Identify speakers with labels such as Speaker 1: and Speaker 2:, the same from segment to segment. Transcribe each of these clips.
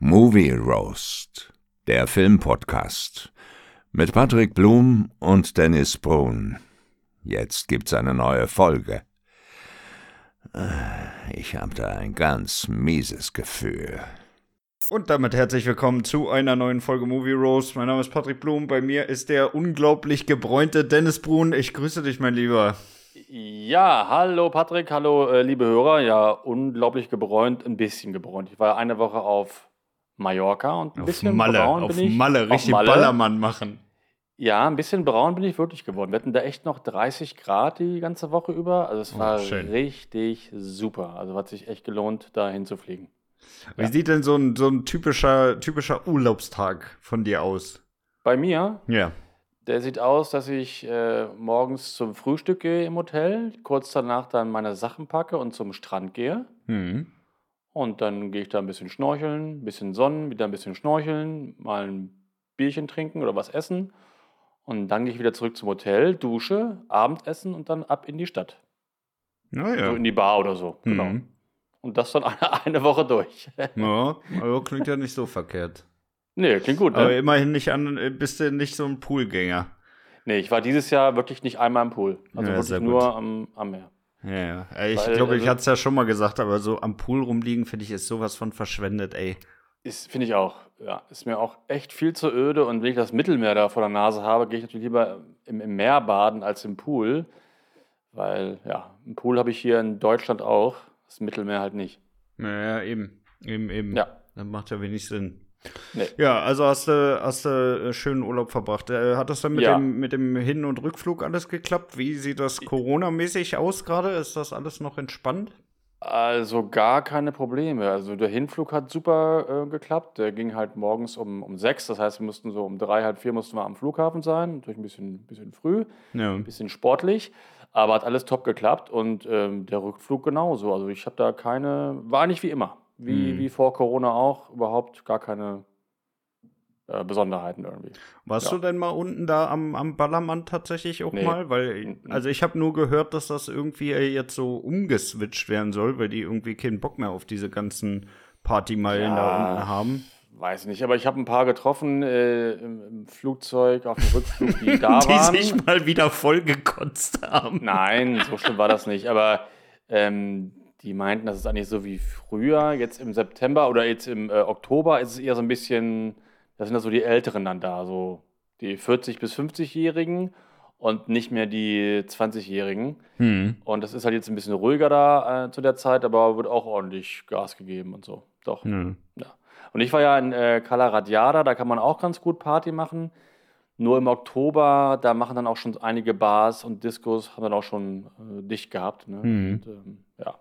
Speaker 1: Movie Roast, der Filmpodcast mit Patrick Blum und Dennis Brun. Jetzt gibt's eine neue Folge. Ich habe da ein ganz mieses Gefühl.
Speaker 2: Und damit herzlich willkommen zu einer neuen Folge Movie Roast. Mein Name ist Patrick Blum, bei mir ist der unglaublich gebräunte Dennis Brun. Ich grüße dich, mein Lieber.
Speaker 3: Ja, hallo Patrick, hallo liebe Hörer. Ja, unglaublich gebräunt, ein bisschen gebräunt. Ich war ja eine Woche auf Mallorca und ein bisschen braun bin ich.
Speaker 2: Auf Malle, richtig Ballermann machen.
Speaker 3: Ja, ein bisschen braun bin ich wirklich geworden. Wir hatten da echt noch 30 Grad die ganze Woche über. Also es war richtig super. Also hat sich echt gelohnt, da hinzufliegen.
Speaker 2: Wie sieht denn so ein typischer Urlaubstag von dir aus?
Speaker 3: Bei mir?
Speaker 2: Ja.
Speaker 3: Der sieht aus, dass ich morgens zum Frühstück gehe im Hotel, kurz danach dann meine Sachen packe und zum Strand gehe.
Speaker 2: Mhm.
Speaker 3: Und dann gehe ich da ein bisschen schnorcheln, ein bisschen sonnen, wieder ein bisschen schnorcheln, mal ein Bierchen trinken oder was essen. Und dann gehe ich wieder zurück zum Hotel, dusche, Abendessen und dann ab in die Stadt.
Speaker 2: Naja.
Speaker 3: So in die Bar oder so, genau. Und das dann eine Woche durch.
Speaker 2: Ja, also klingt ja nicht so verkehrt.
Speaker 3: Nee, klingt gut, ne?
Speaker 2: Aber immerhin bist du nicht so ein Poolgänger.
Speaker 3: Nee, ich war dieses Jahr wirklich nicht einmal im Pool. Also
Speaker 2: Ja,
Speaker 3: wirklich nur am Meer.
Speaker 2: Ja. Ich glaube, ich hatte es ja schon mal gesagt, aber so am Pool rumliegen, finde ich, ist sowas von verschwendet, ey.
Speaker 3: Finde ich auch. Ja, ist mir auch echt viel zu öde. Und wenn ich das Mittelmeer da vor der Nase habe, gehe ich natürlich lieber im Meer baden als im Pool. Weil, ja, einen Pool habe ich hier in Deutschland auch. Das Mittelmeer halt nicht.
Speaker 2: Ja, eben.
Speaker 3: Ja.
Speaker 2: Das macht ja wenig Sinn.
Speaker 3: Nee.
Speaker 2: Ja, also hast du schönen Urlaub verbracht. Hat das dann mit dem Hin- und Rückflug alles geklappt? Wie sieht das Corona-mäßig aus gerade? Ist das alles noch entspannt?
Speaker 3: Also gar keine Probleme. Also der Hinflug hat super geklappt. Der ging halt morgens um 6. Das heißt, wir mussten so um 3, halb 4 mussten wir am Flughafen sein. Natürlich ein bisschen früh, ein bisschen sportlich. Aber hat alles top geklappt. Und der Rückflug genauso. Also ich habe da war nicht wie immer. Wie vor Corona auch. Überhaupt gar keine Besonderheiten irgendwie.
Speaker 2: Warst du denn mal unten da am Ballermann tatsächlich auch mal? Weil, also ich habe nur gehört, dass das irgendwie jetzt so umgeswitcht werden soll, weil die irgendwie keinen Bock mehr auf diese ganzen Partymeilen da unten haben.
Speaker 3: Weiß nicht, aber ich habe ein paar getroffen im Flugzeug, auf dem Rückflug, die da waren.
Speaker 2: Die sich mal wieder vollgekotzt haben.
Speaker 3: Nein, so schlimm war das nicht, aber die meinten, das ist eigentlich so wie früher, jetzt im September oder jetzt im Oktober ist es eher so ein bisschen, da sind das so die Älteren dann da, so die 40- bis 50-Jährigen und nicht mehr die 20-Jährigen. Und das ist halt jetzt ein bisschen ruhiger da zu der Zeit, aber wird auch ordentlich Gas gegeben und so. Doch. Ja. Und ich war ja in Cala Ratjada, da kann man auch ganz gut Party machen. Nur im Oktober, da machen dann auch schon einige Bars und Diskos, haben dann auch schon dicht gehabt. Ne? Und,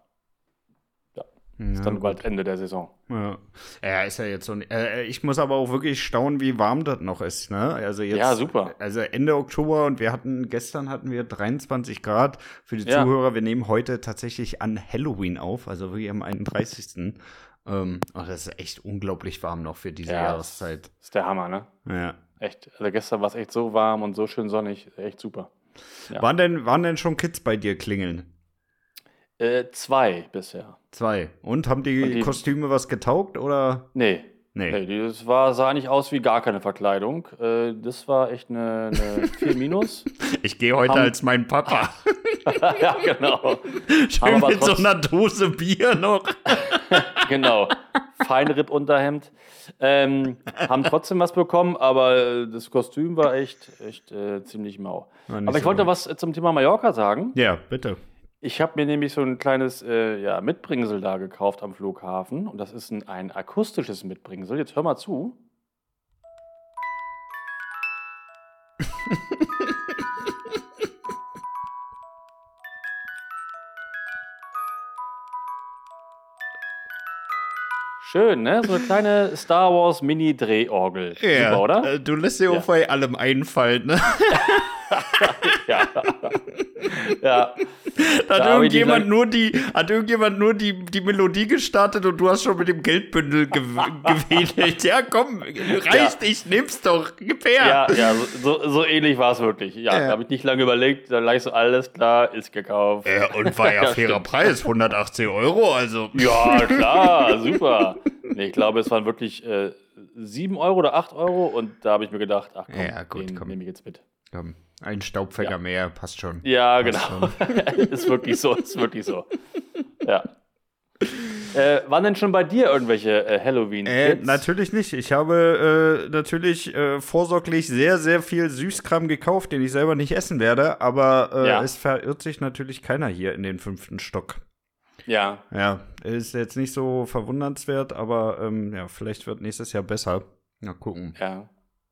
Speaker 3: ist dann bald Ende der Saison.
Speaker 2: Ja, ist ja jetzt so. Ich muss aber auch wirklich staunen, wie warm das noch ist. Ne? Also jetzt,
Speaker 3: ja, super.
Speaker 2: Also Ende Oktober und gestern hatten wir 23 Grad. Für die Zuhörer, wir nehmen heute tatsächlich an Halloween auf, also wirklich am 31. Das ist echt unglaublich warm noch für diese Jahreszeit.
Speaker 3: Das ist der Hammer, ne?
Speaker 2: Ja.
Speaker 3: Echt. Also gestern war es echt so warm und so schön sonnig. Echt super. Ja.
Speaker 2: Waren denn schon Kids bei dir klingeln?
Speaker 3: 2 bisher.
Speaker 2: 2. Und haben die Kostüme was getaugt, oder?
Speaker 3: Nee. Das sah eigentlich aus wie gar keine Verkleidung. Das war echt eine 4-.
Speaker 2: Ich gehe heute als mein Papa.
Speaker 3: Ja, genau.
Speaker 2: Schön mit so einer Dose Bier noch.
Speaker 3: Genau. Feinripp-Unterhemd. Haben trotzdem was bekommen, aber das Kostüm war echt ziemlich mau. Aber ich wollte was zum Thema Mallorca sagen.
Speaker 2: Ja, bitte.
Speaker 3: Ich habe mir nämlich so ein kleines Mitbringsel da gekauft am Flughafen. Und das ist ein akustisches Mitbringsel. Jetzt hör mal zu. Schön, ne? So eine kleine Star Wars Mini-Drehorgel.
Speaker 2: Ja,
Speaker 3: super, oder?
Speaker 2: Du lässt dir auch bei allem einfallen, ne?
Speaker 3: Ja.
Speaker 2: Hat irgendjemand nur die Melodie gestartet und du hast schon mit dem Geldbündel gewedelt. Ja, komm, reicht, ich nehm's doch, gib her.
Speaker 3: Ja, so ähnlich war es wirklich. Ja, da habe ich nicht lange überlegt, dann gleich so, alles klar, ist gekauft.
Speaker 2: Ja, und war ja fairer Preis, 180 €, also.
Speaker 3: Ja, klar, super. Nee, ich glaube, es waren wirklich 7 Euro oder 8 Euro und da habe ich mir gedacht, ach komm,
Speaker 2: Ja, gut,
Speaker 3: den
Speaker 2: komm.
Speaker 3: nehme ich jetzt mit.
Speaker 2: Komm, ein Staubfänger mehr, passt schon.
Speaker 3: Ja,
Speaker 2: Passt
Speaker 3: genau. Ist wirklich so, Ja. Waren denn schon bei dir irgendwelche Halloween-Hits?
Speaker 2: Natürlich nicht. Ich habe natürlich vorsorglich sehr, sehr viel Süßkram gekauft, den ich selber nicht essen werde, aber es verirrt sich natürlich keiner hier in den 5. Stock.
Speaker 3: Ja.
Speaker 2: Ja, ist jetzt nicht so verwundernswert, aber vielleicht wird nächstes Jahr besser. Na, gucken.
Speaker 3: Ja.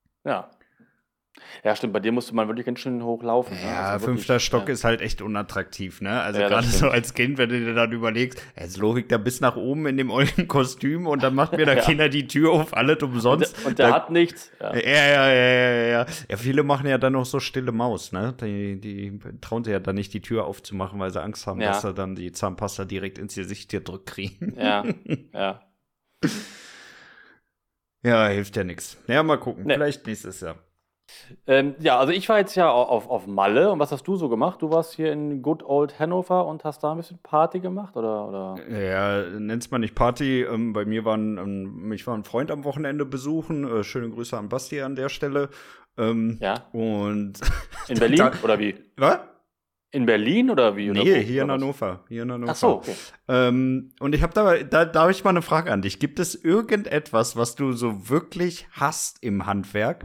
Speaker 3: Ja, stimmt, bei dir musste man wirklich ganz schön hochlaufen. Ne?
Speaker 2: Ja,
Speaker 3: Also
Speaker 2: 5.
Speaker 3: wirklich,
Speaker 2: Stock ist halt echt unattraktiv, ne? Also
Speaker 3: Ja, das
Speaker 2: gerade so
Speaker 3: stimmt.
Speaker 2: als Kind, wenn du dir dann überlegst, jetzt laufe ich da bis nach oben in dem ollen Kostüm und dann macht mir da keiner die Tür auf, alles umsonst.
Speaker 3: Und der hat nichts. Ja.
Speaker 2: Ja. Ja, viele machen ja dann noch so stille Maus, ne? Die trauen sich ja dann nicht, die Tür aufzumachen, weil sie Angst haben,
Speaker 3: Ja.
Speaker 2: dass sie dann die Zahnpasta direkt ins Gesicht gedrückt kriegen.
Speaker 3: Ja.
Speaker 2: Ja, hilft ja nichts. Ja, mal gucken.
Speaker 3: Nee.
Speaker 2: Vielleicht nächstes Jahr.
Speaker 3: Also ich war jetzt ja auf Malle. Und was hast du so gemacht? Du warst hier in Good Old Hannover und hast da ein bisschen Party gemacht, oder?
Speaker 2: Ja, nennt's mal nicht Party. Bei mir mich war ein Freund am Wochenende besuchen. Schöne Grüße an Basti an der Stelle.
Speaker 3: Ja.
Speaker 2: Und
Speaker 3: In Berlin oder wie?
Speaker 2: was?
Speaker 3: In Berlin oder wie? Oder
Speaker 2: Nee,
Speaker 3: wo?
Speaker 2: hier in
Speaker 3: Oder was?
Speaker 2: Hannover. Ach
Speaker 3: Ach so, okay.
Speaker 2: Und ich habe da habe ich mal eine Frage an dich. Gibt es irgendetwas, was du so wirklich hasst im Handwerk?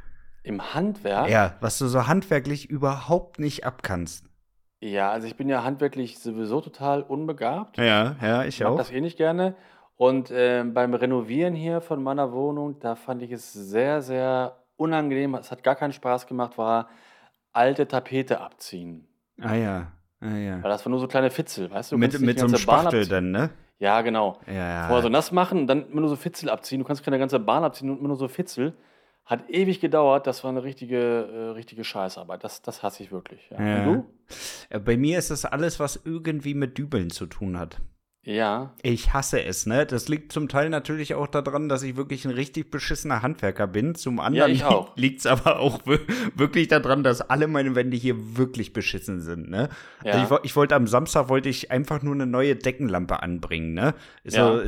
Speaker 3: Im Handwerk?
Speaker 2: Ja, was du so handwerklich überhaupt nicht abkannst.
Speaker 3: Ja, also ich bin ja handwerklich sowieso total unbegabt.
Speaker 2: Ja, ich
Speaker 3: Ich mag
Speaker 2: auch.
Speaker 3: das nicht gerne. Und beim Renovieren hier von meiner Wohnung, da fand ich es sehr, sehr unangenehm. Es hat gar keinen Spaß gemacht, war alte Tapete abziehen.
Speaker 2: Ah ja.
Speaker 3: Weil das war nur so kleine Fitzel, weißt du? Du
Speaker 2: Mit
Speaker 3: kannst nicht die
Speaker 2: so einem
Speaker 3: ganze Bahn
Speaker 2: Spachtel
Speaker 3: abziehen.
Speaker 2: dann, ne?
Speaker 3: Ja, genau.
Speaker 2: Ja.
Speaker 3: Vorher so nass machen und dann immer nur so Fitzel abziehen. Du kannst keine ganze Bahn abziehen und immer nur so Fitzel. Hat ewig gedauert. Das war eine richtige Scheißarbeit. Das hasse ich wirklich. Ja.
Speaker 2: Ja.
Speaker 3: Und du?
Speaker 2: Bei mir ist das alles, was irgendwie mit Dübeln zu tun hat.
Speaker 3: Ja.
Speaker 2: Ich hasse es, ne? Das liegt zum Teil natürlich auch daran, dass ich wirklich ein richtig beschissener Handwerker bin. Zum anderen
Speaker 3: ich auch.
Speaker 2: liegt es aber auch wirklich daran, dass alle meine Wände hier wirklich beschissen sind, ne?
Speaker 3: Ja.
Speaker 2: Also ich wollte am Samstag einfach nur eine neue Deckenlampe anbringen, ne? Ist so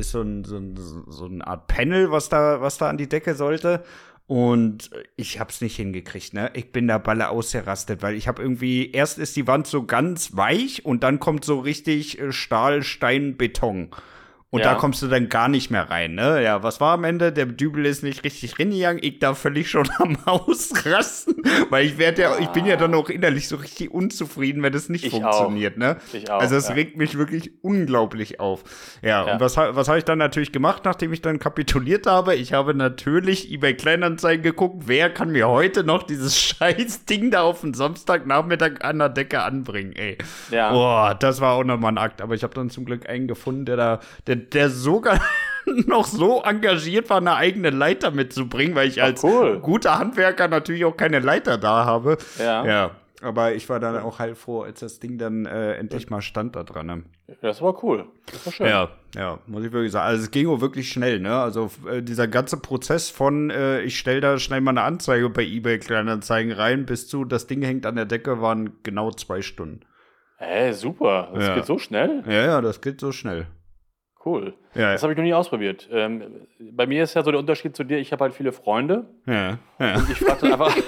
Speaker 2: eine Art Panel, was da an die Decke sollte. Und ich hab's nicht hingekriegt, ne? Ich bin da Balle ausgerastet, weil ich habe irgendwie, erst ist die Wand so ganz weich und dann kommt so richtig Stahl, Stein, Beton. Und
Speaker 3: Ja.
Speaker 2: da kommst du dann gar nicht mehr rein, ne? Ja, was war am Ende? Der Dübel ist nicht richtig reingegangen. Ich da völlig schon am Ausrasten, weil ich bin ja dann auch innerlich so richtig unzufrieden, wenn es nicht
Speaker 3: Ich
Speaker 2: funktioniert, ne?
Speaker 3: Ich auch,
Speaker 2: Also es
Speaker 3: ja.
Speaker 2: regt mich wirklich unglaublich auf. Ja,
Speaker 3: Ja.
Speaker 2: und was habe ich dann natürlich gemacht, nachdem ich dann kapituliert habe? Ich habe natürlich eBay Kleinanzeigen geguckt, wer kann mir heute noch dieses scheiß Ding da auf den Samstagnachmittag an der Decke anbringen, ey.
Speaker 3: Ja.
Speaker 2: Boah, das war auch nochmal ein Akt. Aber ich habe dann zum Glück einen gefunden, der sogar noch so engagiert war, eine eigene Leiter mitzubringen, weil ich als
Speaker 3: cool.
Speaker 2: guter Handwerker natürlich auch keine Leiter da habe.
Speaker 3: Ja.
Speaker 2: Ja, aber ich war dann auch heilfroh, als das Ding dann endlich mal stand da dran. Ne?
Speaker 3: Das war cool. Das war schön.
Speaker 2: Ja, muss ich wirklich sagen. Also es ging auch wirklich schnell, ne? Also dieser ganze Prozess von ich stelle da schnell mal eine Anzeige bei eBay Kleinanzeigen rein, bis zu das Ding hängt an der Decke, waren genau 2 Stunden.
Speaker 3: Super. Das
Speaker 2: Ja.
Speaker 3: geht so schnell.
Speaker 2: Ja, das geht so schnell.
Speaker 3: Cool.
Speaker 2: Ja.
Speaker 3: Das habe ich noch nie ausprobiert. Bei mir ist ja so der Unterschied zu dir, ich habe halt viele Freunde
Speaker 2: Ja.
Speaker 3: und ich frage dann einfach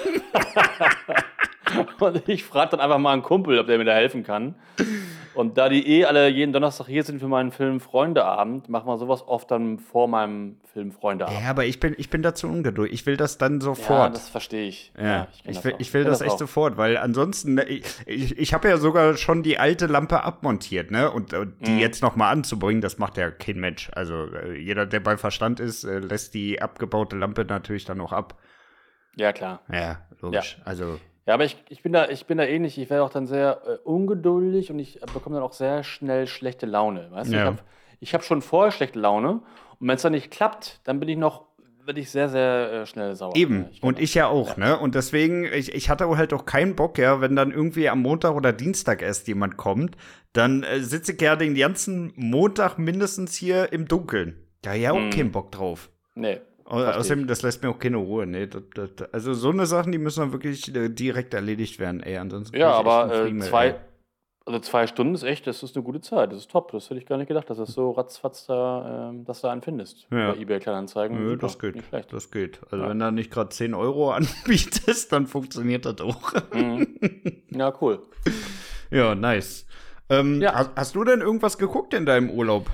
Speaker 3: dann einfach mal einen Kumpel, ob der mir da helfen kann. Und da die alle jeden Donnerstag hier sind für meinen Film-Freunde-Abend, machen wir sowas oft dann vor meinem Film-Freunde-Abend.
Speaker 2: Ja, aber ich bin dazu ungeduldig. Ich will das dann
Speaker 3: Ja,
Speaker 2: sofort.
Speaker 3: das verstehe ich.
Speaker 2: Ja,
Speaker 3: kenn
Speaker 2: ich
Speaker 3: das auch.
Speaker 2: will
Speaker 3: kenn
Speaker 2: das echt
Speaker 3: auch.
Speaker 2: sofort, weil ansonsten, ich habe ja sogar schon die alte Lampe abmontiert, ne? Und die jetzt noch mal anzubringen, das macht ja kein Mensch. Also jeder, der bei Verstand ist, lässt die abgebaute Lampe natürlich dann auch ab.
Speaker 3: Ja, klar.
Speaker 2: Ja, logisch.
Speaker 3: Ja.
Speaker 2: Also,
Speaker 3: Ja, aber ich bin da ähnlich. Ich werde auch dann sehr ungeduldig und ich bekomme dann auch sehr schnell schlechte Laune. Weißt du,
Speaker 2: Ja.
Speaker 3: ich hab schon vorher schlechte Laune und wenn es dann nicht klappt, dann werde ich sehr, sehr schnell sauer.
Speaker 2: eben.
Speaker 3: Ja,
Speaker 2: Und ich ja auch, ne? Und deswegen, ich hatte halt auch keinen Bock, ja, wenn dann irgendwie am Montag oder Dienstag erst jemand kommt, dann sitze ich ja den ganzen Montag mindestens hier im Dunkeln. Da ja auch keinen Bock drauf.
Speaker 3: Nee.
Speaker 2: Außerdem, das lässt mir auch keine Ruhe. Nee, also so eine Sachen, die müssen dann wirklich direkt erledigt werden. Ey, ansonsten
Speaker 3: Ja,
Speaker 2: krieg ich echt
Speaker 3: aber
Speaker 2: einen Friemel, ey.
Speaker 3: Also 2 Stunden ist echt, das ist eine gute Zeit. Das ist top. Das hätte ich gar nicht gedacht, dass das so ratzfatz da, dass du einen findest.
Speaker 2: Ja.
Speaker 3: Bei eBay Kleinanzeigen.
Speaker 2: Nö,
Speaker 3: Super,
Speaker 2: das geht.
Speaker 3: nicht schlecht.
Speaker 2: Das geht. Also
Speaker 3: Ja.
Speaker 2: wenn du nicht gerade 10 Euro anbietest, dann funktioniert das auch.
Speaker 3: Ja, cool.
Speaker 2: Ja, nice.
Speaker 3: Ja.
Speaker 2: Hast du denn irgendwas geguckt in deinem Urlaub?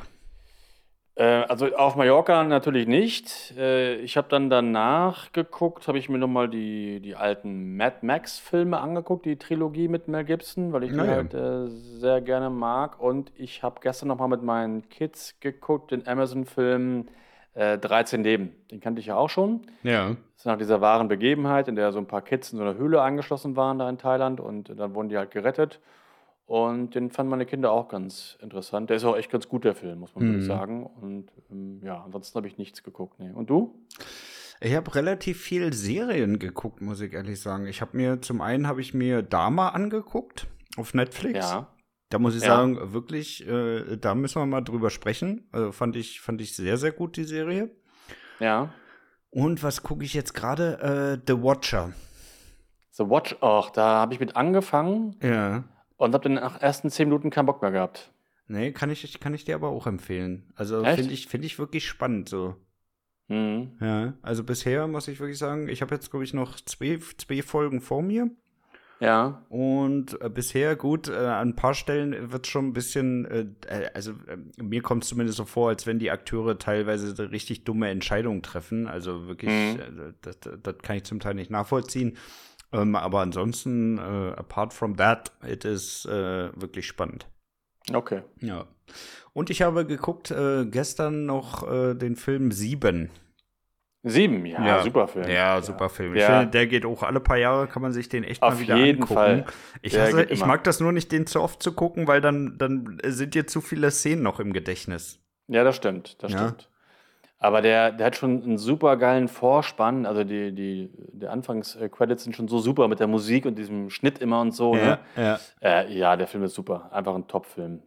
Speaker 3: Also auf Mallorca natürlich nicht. Ich habe dann danach geguckt, habe ich mir nochmal die alten Mad Max-Filme angeguckt, die Trilogie mit Mel Gibson, weil ich die
Speaker 2: Naja.
Speaker 3: halt sehr gerne mag. Und ich habe gestern nochmal mit meinen Kids geguckt, den Amazon-Film 13 Leben. Den kannte ich ja auch schon.
Speaker 2: Ja.
Speaker 3: Das ist nach dieser wahren Begebenheit, in der so ein paar Kids in so einer Höhle eingeschlossen waren da in Thailand und dann wurden die halt gerettet. Und den fanden meine Kinder auch ganz interessant. Der ist auch echt ganz gut, der Film, muss man wirklich sagen. Und ja, ansonsten habe ich nichts geguckt. Nee. Und du?
Speaker 2: Ich habe relativ viel Serien geguckt, muss ich ehrlich sagen. Zum einen habe ich mir Dama angeguckt auf Netflix.
Speaker 3: Ja.
Speaker 2: Da muss ich
Speaker 3: Ja.
Speaker 2: sagen, wirklich, da müssen wir mal drüber sprechen. Also fand ich sehr, sehr gut, die Serie.
Speaker 3: Ja.
Speaker 2: Und was gucke ich jetzt gerade? The Watcher.
Speaker 3: The Watch, ach, da habe ich mit angefangen
Speaker 2: Ja.
Speaker 3: und habe dann nach den ersten 10 Minuten keinen Bock mehr gehabt.
Speaker 2: Nee, kann ich dir aber auch empfehlen. Also
Speaker 3: Echt?
Speaker 2: finde ich wirklich spannend so.
Speaker 3: Mhm.
Speaker 2: Ja, also bisher muss ich wirklich sagen, ich habe jetzt, glaube ich, noch zwei Folgen vor mir.
Speaker 3: Ja.
Speaker 2: Und bisher gut, an ein paar Stellen wird schon ein bisschen, mir kommt es zumindest so vor, als wenn die Akteure teilweise so richtig dumme Entscheidungen treffen. Also wirklich, das kann ich zum Teil nicht nachvollziehen. Aber ansonsten, apart from that, it is wirklich spannend.
Speaker 3: Okay.
Speaker 2: Ja. Und ich habe geguckt gestern noch den Film 7.
Speaker 3: 7, ja, super Film.
Speaker 2: Ja, super Film. Ich
Speaker 3: Ja.
Speaker 2: finde, der geht auch alle paar Jahre, kann man sich den echt
Speaker 3: Auf
Speaker 2: mal wieder
Speaker 3: jeden
Speaker 2: angucken.
Speaker 3: Fall.
Speaker 2: Ich
Speaker 3: Der geht
Speaker 2: ich
Speaker 3: immer.
Speaker 2: mag das nur nicht, den zu oft zu gucken, weil dann sind dir zu viele Szenen noch im Gedächtnis.
Speaker 3: Ja, das stimmt, das
Speaker 2: Ja.
Speaker 3: stimmt. Aber der hat schon einen super geilen Vorspann. Also die Anfangs-Credits sind schon so super mit der Musik und diesem Schnitt immer und so. Ne?
Speaker 2: Ja.
Speaker 3: Ja, der Film ist super. Einfach ein Top-Film.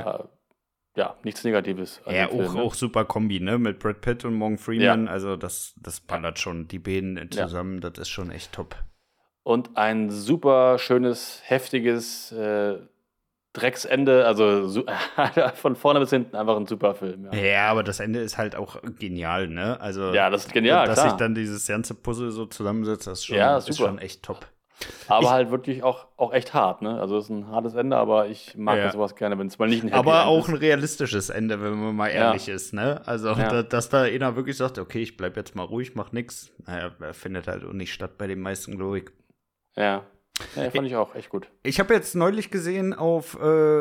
Speaker 3: Ja, nichts Negatives an
Speaker 2: Ja,
Speaker 3: dem Film, ne?
Speaker 2: auch super Kombi, ne? Mit Brad Pitt und Morgan Freeman. Also das ballert schon. Die beiden zusammen, das ist schon echt top.
Speaker 3: Und ein super schönes, heftiges Drecksende. Also von vorne bis hinten einfach ein super Film. Ja,
Speaker 2: Ja, aber das Ende ist halt auch genial, ne? Also,
Speaker 3: Ja, das ist genial,
Speaker 2: dass
Speaker 3: klar.
Speaker 2: sich dann dieses ganze Puzzle so zusammensetzt, das ist schon,
Speaker 3: Ja,
Speaker 2: ist
Speaker 3: super.
Speaker 2: schon echt top.
Speaker 3: Aber halt wirklich auch echt hart. Ne? Also es ist ein hartes Ende, aber ich mag
Speaker 2: Ja.
Speaker 3: sowas gerne, wenn es mal nicht ein Happy
Speaker 2: Aber
Speaker 3: End
Speaker 2: auch
Speaker 3: ist.
Speaker 2: ein realistisches Ende, wenn man mal ehrlich ist, ne? Also,
Speaker 3: Ja.
Speaker 2: dass da einer wirklich sagt, okay, ich bleib jetzt mal ruhig, mach nix. Naja, findet halt auch nicht statt bei den meisten, glaube ich.
Speaker 3: Ja, fand ich auch echt gut.
Speaker 2: Ich habe jetzt neulich gesehen auf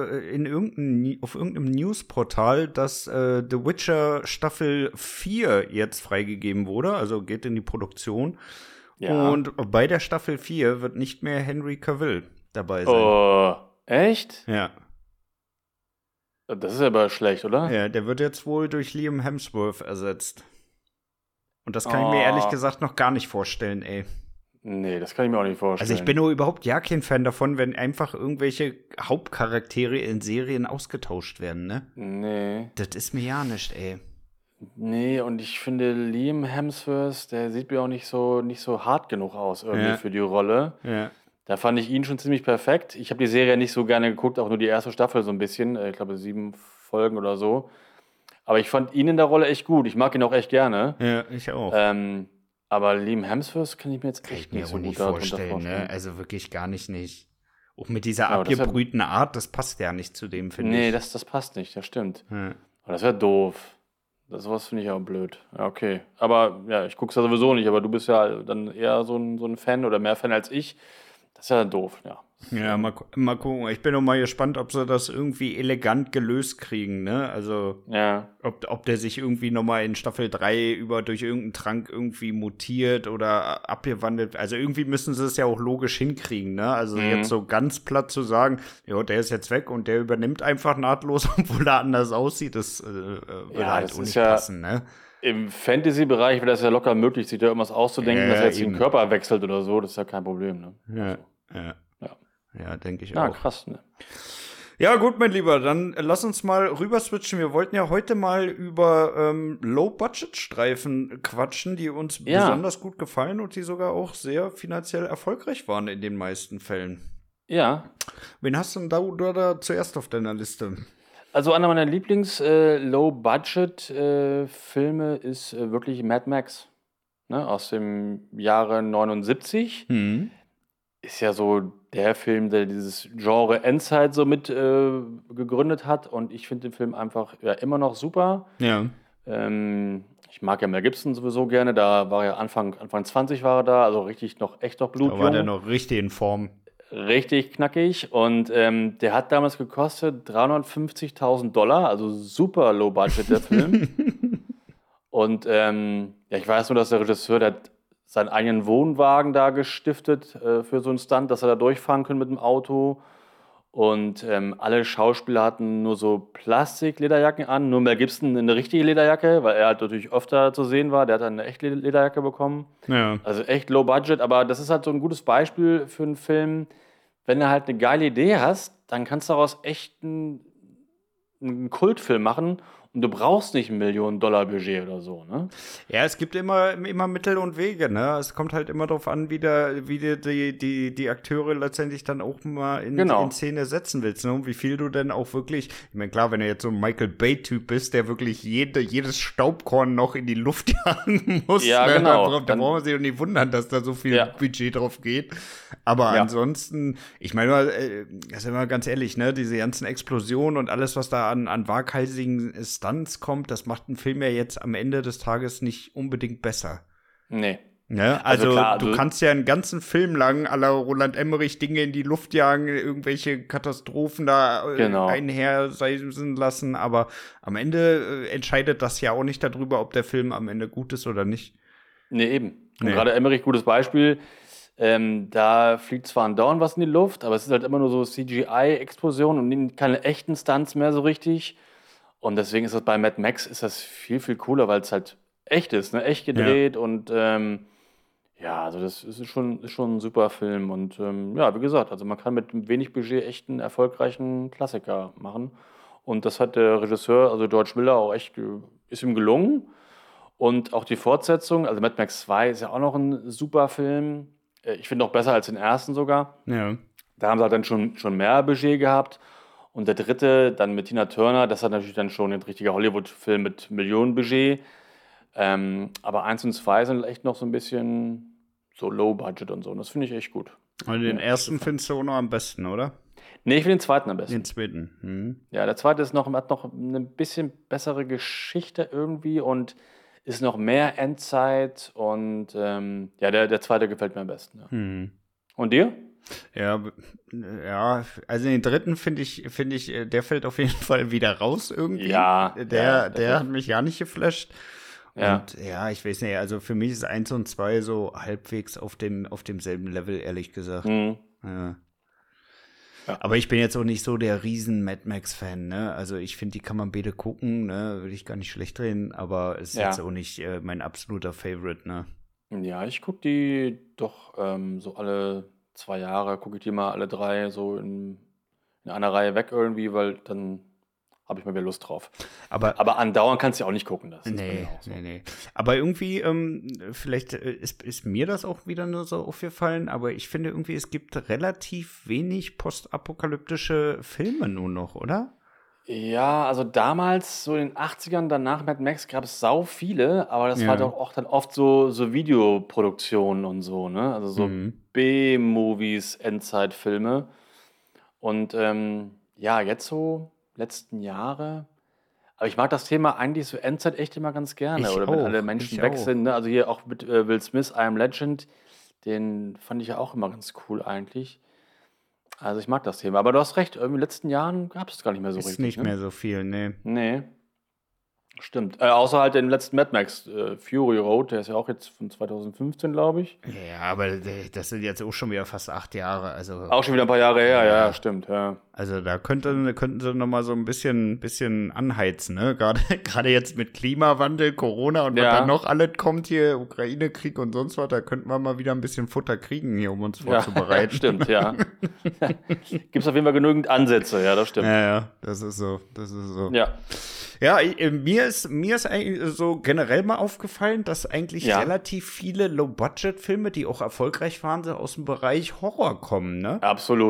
Speaker 2: irgendeinem Newsportal, dass The Witcher Staffel 4 jetzt freigegeben wurde, also geht in die Produktion.
Speaker 3: Ja.
Speaker 2: Und bei der Staffel 4 wird nicht mehr Henry Cavill dabei sein.
Speaker 3: Oh, echt?
Speaker 2: Ja.
Speaker 3: Das ist aber schlecht, oder?
Speaker 2: Ja, der wird jetzt wohl durch Liam Hemsworth ersetzt. Und das kann ich mir
Speaker 3: Oh.
Speaker 2: ehrlich gesagt noch gar nicht vorstellen, ey.
Speaker 3: Nee, das kann ich mir auch nicht vorstellen.
Speaker 2: Also ich bin nur überhaupt ja kein Fan davon, wenn einfach irgendwelche Hauptcharaktere in Serien ausgetauscht werden, ne?
Speaker 3: Nee.
Speaker 2: Das ist mir ja nicht, ey.
Speaker 3: Nee, und ich finde, Liam Hemsworth, der sieht mir auch nicht so hart genug aus irgendwie
Speaker 2: Ja.
Speaker 3: für die Rolle.
Speaker 2: Ja.
Speaker 3: Da fand ich ihn schon ziemlich perfekt. Ich habe die Serie nicht so gerne geguckt, auch nur die erste Staffel so ein bisschen. Ich glaube 7 Folgen oder so. Aber ich fand ihn in der Rolle echt gut. Ich mag ihn auch echt gerne.
Speaker 2: Ja, ich auch.
Speaker 3: Aber Liam Hemsworth kann ich mir jetzt
Speaker 2: Kann ich
Speaker 3: echt
Speaker 2: mir
Speaker 3: nicht
Speaker 2: auch
Speaker 3: so
Speaker 2: nicht
Speaker 3: gut darunter
Speaker 2: vorstellen, ne? Also wirklich gar nicht. Auch mit dieser
Speaker 3: Ja, aber das
Speaker 2: abgebrühten Art, das passt ja nicht zu dem, finde
Speaker 3: Nee,
Speaker 2: ich.
Speaker 3: das passt nicht, das stimmt.
Speaker 2: Ja.
Speaker 3: Aber das wäre doof. Sowas finde ich auch blöd. Ja, okay. Aber ja, ich gucke es ja sowieso nicht, aber du bist ja dann eher so ein Fan oder mehr Fan als ich. Das ist ja dann doof, ja.
Speaker 2: Ja, mal gucken. Ich bin auch mal gespannt, ob sie das irgendwie elegant gelöst kriegen, ne? Also,
Speaker 3: Ja.
Speaker 2: ob der sich irgendwie nochmal in Staffel 3 durch irgendeinen Trank irgendwie mutiert oder abgewandelt. Also irgendwie müssen sie es ja auch logisch hinkriegen, ne? Also jetzt so ganz platt zu sagen, ja, der ist jetzt weg und der übernimmt einfach nahtlos, obwohl er anders aussieht, das würde
Speaker 3: Ja,
Speaker 2: halt
Speaker 3: das
Speaker 2: auch
Speaker 3: ist
Speaker 2: nicht
Speaker 3: ja-
Speaker 2: passen, ne?
Speaker 3: Im Fantasy-Bereich wäre das ja locker möglich, sich da irgendwas auszudenken,
Speaker 2: Ja,
Speaker 3: dass er jetzt
Speaker 2: eben.
Speaker 3: den Körper wechselt oder so. Das ist ja kein Problem, ne?
Speaker 2: Ja.
Speaker 3: Ja.
Speaker 2: Ja, denke ich
Speaker 3: Ja,
Speaker 2: auch.
Speaker 3: krass, ne?
Speaker 2: Ja, gut, mein Lieber, dann lass uns mal rüber switchen. Wir wollten ja heute mal über Low-Budget-Streifen quatschen, die uns
Speaker 3: Ja.
Speaker 2: besonders gut gefallen und die sogar auch sehr finanziell erfolgreich waren in den meisten Fällen.
Speaker 3: Ja.
Speaker 2: Wen hast du denn da zuerst auf deiner Liste?
Speaker 3: Also einer meiner Lieblings-Low-Budget-Filme ist wirklich Mad Max, ne, aus dem Jahre 79. Ist ja so der Film, der dieses Genre Endzeit so mit gegründet hat. Und ich finde den Film einfach immer noch super.
Speaker 2: Ja.
Speaker 3: Ich mag ja Mel Gibson sowieso gerne. Da war er Anfang 20 war er da, also richtig echt noch blutjung.
Speaker 2: Da war der noch richtig in Form.
Speaker 3: Richtig knackig. Und der hat damals gekostet $350.000, also super low budget der Film. Und ich weiß nur, dass der Regisseur, der hat seinen eigenen Wohnwagen da gestiftet für so einen Stunt, dass er da durchfahren können mit dem Auto. Und alle Schauspieler hatten nur so Plastiklederjacken an, nur Mel Gibson eine richtige Lederjacke, weil er halt natürlich öfter zu sehen war. Der hat dann eine echte Lederjacke bekommen. Ja. Also echt low budget, aber das ist halt so ein gutes Beispiel für einen Film. Wenn du halt eine geile Idee hast, dann kannst du daraus echt einen Kultfilm machen. Und du brauchst nicht $1 Millionen-Budget oder so, ne?
Speaker 2: Ja, es gibt immer Mittel und Wege, ne? Es kommt halt immer darauf an, wie die Akteure letztendlich dann auch mal in Szene setzen willst, ne? Und wie viel du denn auch wirklich, ich meine, klar, wenn du jetzt so ein Michael Bay-Typ bist, der wirklich jedes Staubkorn noch in die Luft jagen muss,
Speaker 3: ja,
Speaker 2: ne?
Speaker 3: genau.
Speaker 2: Da brauchen wir sich doch nicht wundern, dass da so viel Budget drauf geht. Aber ansonsten, ich meine, sind wir ganz ehrlich, ne? Diese ganzen Explosionen und alles, was da an waghalsigen Stunts kommt, das macht einen Film ja jetzt am Ende des Tages nicht unbedingt besser.
Speaker 3: Nee.
Speaker 2: Ne? Also klar, du kannst ja einen ganzen Film lang à la Roland Emmerich Dinge in die Luft jagen, irgendwelche Katastrophen da einherseisen lassen, aber am Ende entscheidet das ja auch nicht darüber, ob der Film am Ende gut ist oder nicht.
Speaker 3: Nee, eben. Und gerade Emmerich, gutes Beispiel. Da fliegt zwar andauernd was in die Luft, aber es ist halt immer nur so CGI-Explosionen und keine echten Stunts mehr so richtig. Und deswegen ist das bei Mad Max ist das viel, viel cooler, weil es halt echt ist, ne? Echt gedreht und also das ist schon ein super Film. Und wie gesagt, also man kann mit wenig Budget echt einen erfolgreichen Klassiker machen. Und das hat der Regisseur, also George Miller, auch echt, ist ihm gelungen. Und auch die Fortsetzung, also Mad Max 2 ist ja auch noch ein super Film. Ich finde auch besser als den ersten sogar. Ja. Da haben sie halt dann schon mehr Budget gehabt. Und der dritte, dann mit Tina Turner, das hat natürlich dann schon ein richtiger Hollywood-Film mit Millionenbudget. Aber 1 und 2 sind echt noch so ein bisschen so Low-Budget und so. Und das finde ich echt gut.
Speaker 2: Also den ersten findest du auch noch am besten, oder?
Speaker 3: Nee, ich finde den zweiten am besten.
Speaker 2: Den zweiten.
Speaker 3: Ja, der zweite hat noch eine bisschen bessere Geschichte irgendwie und ist noch mehr Endzeit. Und der zweite gefällt mir am besten. Ja. Und dir?
Speaker 2: Ja, also den dritten finde ich, der fällt auf jeden Fall wieder raus irgendwie. Ja. Der hat mich gar nicht geflasht. Ja. Und ich weiß nicht, also für mich ist 1 und 2 so halbwegs auf demselben Level, ehrlich gesagt. Ja. Aber ich bin jetzt auch nicht so der riesen Mad Max-Fan, ne? Also ich finde, die kann man beide gucken, ne? Würde ich gar nicht schlecht reden, aber es ist jetzt auch nicht mein absoluter Favorite, ne?
Speaker 3: Ja, ich gucke die doch so alle 2 Jahre, gucke ich die mal alle 3 so in einer Reihe weg irgendwie, weil dann habe ich mal wieder Lust drauf. Aber andauernd kannst du ja auch nicht gucken. Das
Speaker 2: nee. Aber irgendwie, vielleicht ist mir das auch wieder nur so aufgefallen, aber ich finde irgendwie, es gibt relativ wenig postapokalyptische Filme nur noch, oder?
Speaker 3: Ja, also damals, so in den 80ern, danach Mad Max, gab es sau viele, aber das war doch auch dann oft so Videoproduktionen und so, ne? Also so B-Movies, Endzeitfilme. Und jetzt so letzten Jahre. Aber ich mag das Thema eigentlich so Endzeit echt immer ganz gerne. Oder wenn alle Menschen weg sind, ne? Also hier auch mit Will Smith, I Am Legend, den fand ich ja auch immer ganz cool eigentlich. Also ich mag das Thema. Aber du hast recht, in den letzten Jahren gab es gar nicht mehr so richtig.
Speaker 2: Ist nicht mehr so viel, ne.
Speaker 3: Nee. Stimmt. Außer halt den letzten Mad Max, Fury Road, der ist ja auch jetzt von 2015, glaube ich.
Speaker 2: Ja, aber das sind jetzt auch schon wieder fast 8 Jahre. Also,
Speaker 3: auch schon wieder ein paar Jahre her, ja, stimmt. Ja.
Speaker 2: Also da könnten sie noch mal so ein bisschen anheizen, ne? Gerade jetzt mit Klimawandel, Corona und was dann noch alles kommt hier, Ukraine-Krieg und sonst was, da könnten wir mal wieder ein bisschen Futter kriegen hier, um uns vorzubereiten.
Speaker 3: Stimmt, ja. Gibt es auf jeden Fall genügend Ansätze, ja, das stimmt.
Speaker 2: Ja, das ist so.
Speaker 3: Ja.
Speaker 2: Ja, mir ist eigentlich so generell mal aufgefallen, dass eigentlich relativ viele Low-Budget-Filme, die auch erfolgreich waren, so aus dem Bereich Horror kommen, ne?
Speaker 3: Absolut.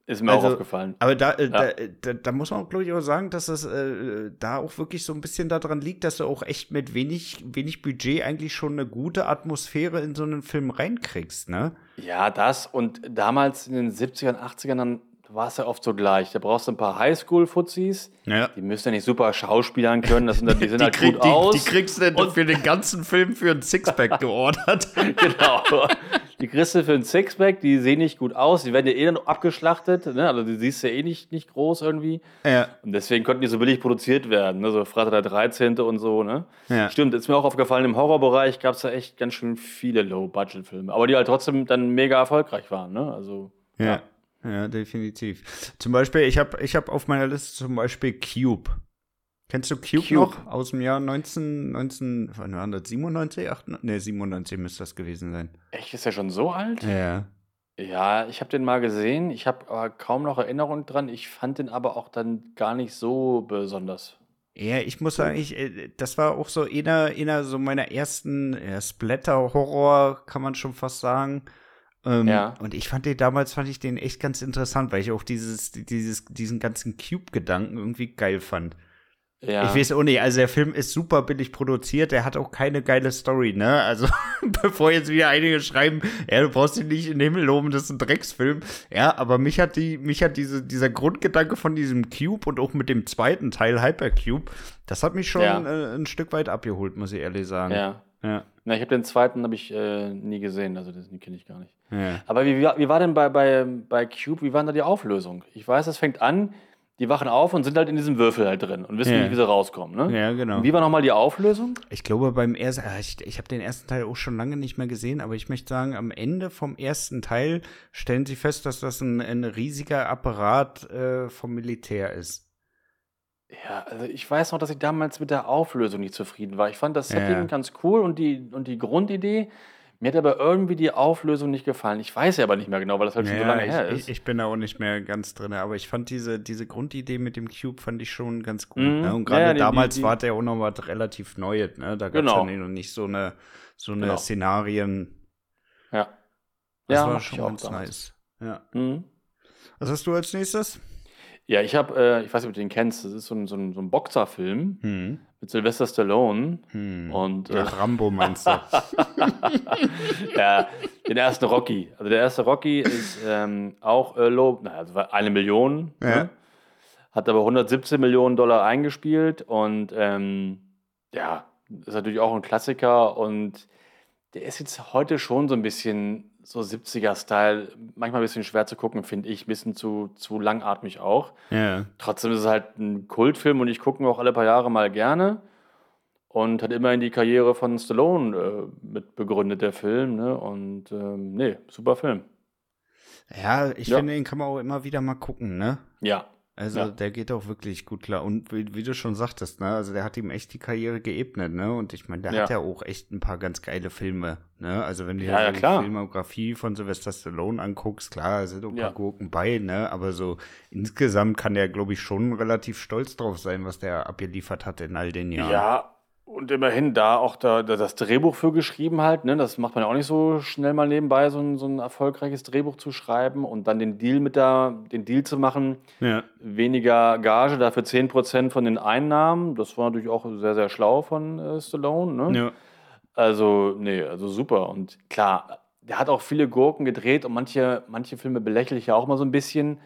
Speaker 3: Ist mir auch aufgefallen.
Speaker 2: Aber da muss man, glaube ich, auch sagen, dass es da auch wirklich so ein bisschen daran liegt, dass du auch echt mit wenig Budget eigentlich schon eine gute Atmosphäre in so einen Film reinkriegst, ne?
Speaker 3: Ja, das und damals in den 70ern, 80ern, dann war es ja oft so gleich. Da brauchst du ein paar Highschool-Fuzis, die müssen ja nicht super schauspielern können, die sind halt gut aus.
Speaker 2: Die kriegst du für den ganzen Film für ein Sixpack geordert.
Speaker 3: Genau. Die kriegst du für ein Sixpack, die sehen nicht gut aus, die werden ja eh dann abgeschlachtet, ne? Also die siehst du ja eh nicht groß irgendwie.
Speaker 2: Ja.
Speaker 3: Und deswegen konnten die so billig produziert werden, ne? So Freitag der 13. und so, ne?
Speaker 2: Ja.
Speaker 3: Stimmt, ist mir auch aufgefallen, im Horrorbereich gab es da echt ganz schön viele Low-Budget-Filme, aber die halt trotzdem dann mega erfolgreich waren, ne? Also,
Speaker 2: ja. Ja, definitiv. Zum Beispiel, ich hab auf meiner Liste zum Beispiel Cube. Kennst du Cube noch? Aus dem Jahr 1997, 97 müsste das gewesen sein.
Speaker 3: Echt, ist der schon so alt?
Speaker 2: Ja.
Speaker 3: Ja, ich habe den mal gesehen. Ich habe aber kaum noch Erinnerung dran. Ich fand den aber auch dann gar nicht so besonders.
Speaker 2: Ja, ich muss sagen, das war auch so einer so meiner ersten Splatter-Horror, kann man schon fast sagen. Und ich fand den echt ganz interessant, weil ich auch diesen ganzen Cube-Gedanken irgendwie geil fand.
Speaker 3: Ja.
Speaker 2: Ich weiß auch nicht, also der Film ist super billig produziert, der hat auch keine geile Story, ne? Also, bevor jetzt wieder einige schreiben, ja, du brauchst ihn nicht in den Himmel loben, das ist ein Drecksfilm. Ja, aber mich hat dieser Grundgedanke von diesem Cube und auch mit dem zweiten Teil Hypercube, das hat mich schon ein Stück weit abgeholt, muss ich ehrlich sagen.
Speaker 3: Ja. Na, ich habe den zweiten nie gesehen, also den kenne ich gar nicht.
Speaker 2: Ja.
Speaker 3: Aber wie war denn bei Cube, wie war denn da die Auflösung? Ich weiß, das fängt an, die wachen auf und sind halt in diesem Würfel halt drin und wissen nicht, wie sie rauskommen, ne?
Speaker 2: Ja, genau.
Speaker 3: Und wie war nochmal die Auflösung?
Speaker 2: Ich glaube, ich habe den ersten Teil auch schon lange nicht mehr gesehen, aber ich möchte sagen, am Ende vom ersten Teil stellen sie fest, dass das ein riesiger Apparat vom Militär ist.
Speaker 3: Ja, also ich weiß noch, dass ich damals mit der Auflösung nicht zufrieden war. Ich fand das Setting ganz cool und die Grundidee. Mir hat aber irgendwie die Auflösung nicht gefallen. Ich weiß ja aber nicht mehr genau, weil das halt schon so lange her ist.
Speaker 2: Ich bin da auch nicht mehr ganz drin, aber ich fand diese Grundidee mit dem Cube fand ich schon ganz gut. Ne? Und gerade damals war der auch noch was relativ Neues. Ne? Da gab es ja nicht so eine Szenarien.
Speaker 3: Ja.
Speaker 2: Das war schon ganz nice. Ja. Was hast du als nächstes?
Speaker 3: Ja, ich weiß nicht, ob du den kennst, das ist so ein Boxerfilm mit Sylvester Stallone. Und,
Speaker 2: Rambo meinst du?
Speaker 3: Ja, den ersten Rocky. Also der erste Rocky ist auch also 1 Million, ne? Hat aber 117 Millionen Dollar eingespielt und ist natürlich auch ein Klassiker und der ist jetzt heute schon so ein bisschen so 70er-Style, manchmal ein bisschen schwer zu gucken, finde ich, ein bisschen zu langatmig auch.
Speaker 2: Ja.
Speaker 3: Trotzdem ist es halt ein Kultfilm und ich gucke ihn auch alle paar Jahre mal gerne und hat immerhin die Karriere von Stallone mit begründet, der Film, ne? Und super Film.
Speaker 2: Ja, ich finde, den kann man auch immer wieder mal gucken, ne?
Speaker 3: Ja.
Speaker 2: Also der geht auch wirklich gut klar. Und wie du schon sagtest, ne, also der hat ihm echt die Karriere geebnet, ne? Und ich meine, der hat ja auch echt ein paar ganz geile Filme, ne? Also wenn du dir die Filmografie von Sylvester Stallone anguckst, klar, sind auch ein paar Gurken bei, ne? Aber so insgesamt kann der, glaube ich, schon relativ stolz drauf sein, was der abgeliefert hat in all den Jahren.
Speaker 3: Ja, und immerhin da das Drehbuch für geschrieben halt, ne? Das macht man ja auch nicht so schnell mal nebenbei, so ein erfolgreiches Drehbuch zu schreiben und dann den Deal zu machen. Ja. Weniger Gage, dafür 10% von den Einnahmen. Das war natürlich auch sehr, sehr schlau von Stallone, ne? Ja. Also super. Und klar, der hat auch viele Gurken gedreht und manche Filme belächle ich ja auch mal so ein bisschen.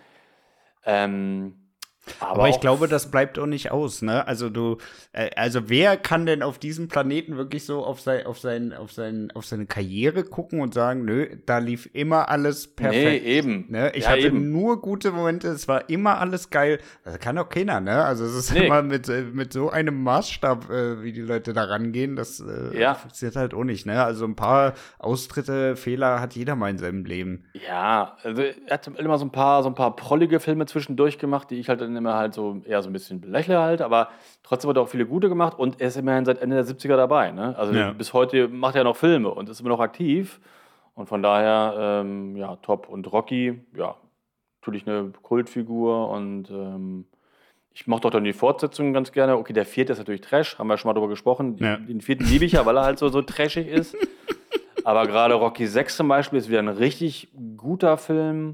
Speaker 2: Aber ich glaube, das bleibt auch nicht aus, ne? Also wer kann denn auf diesem Planeten wirklich so auf seine Karriere gucken und sagen, nö, da lief immer alles perfekt.
Speaker 3: Nee, eben.
Speaker 2: Ne? Ich hatte nur gute Momente, es war immer alles geil. Das kann auch keiner, ne? Also es ist immer mit so einem Maßstab, wie die Leute da rangehen, das funktioniert halt auch nicht, ne? Also ein paar Austritte, Fehler hat jeder mal in seinem Leben.
Speaker 3: Ja, also er hat immer so ein paar prollige Filme zwischendurch gemacht, die ich halt dann immer halt so eher so ein bisschen belächle halt, aber trotzdem hat er auch viele gute gemacht und er ist immerhin seit Ende der 70er dabei, ne? Also bis heute macht er noch Filme und ist immer noch aktiv und von daher, top. Und Rocky, natürlich eine Kultfigur und ich mochte auch dann die Fortsetzung ganz gerne. Okay, der 4. ist natürlich Trash, haben wir schon mal drüber gesprochen. Den 4. liebe ich ja, weil er halt so trashig ist. Aber gerade Rocky 6 zum Beispiel ist wieder ein richtig guter Film.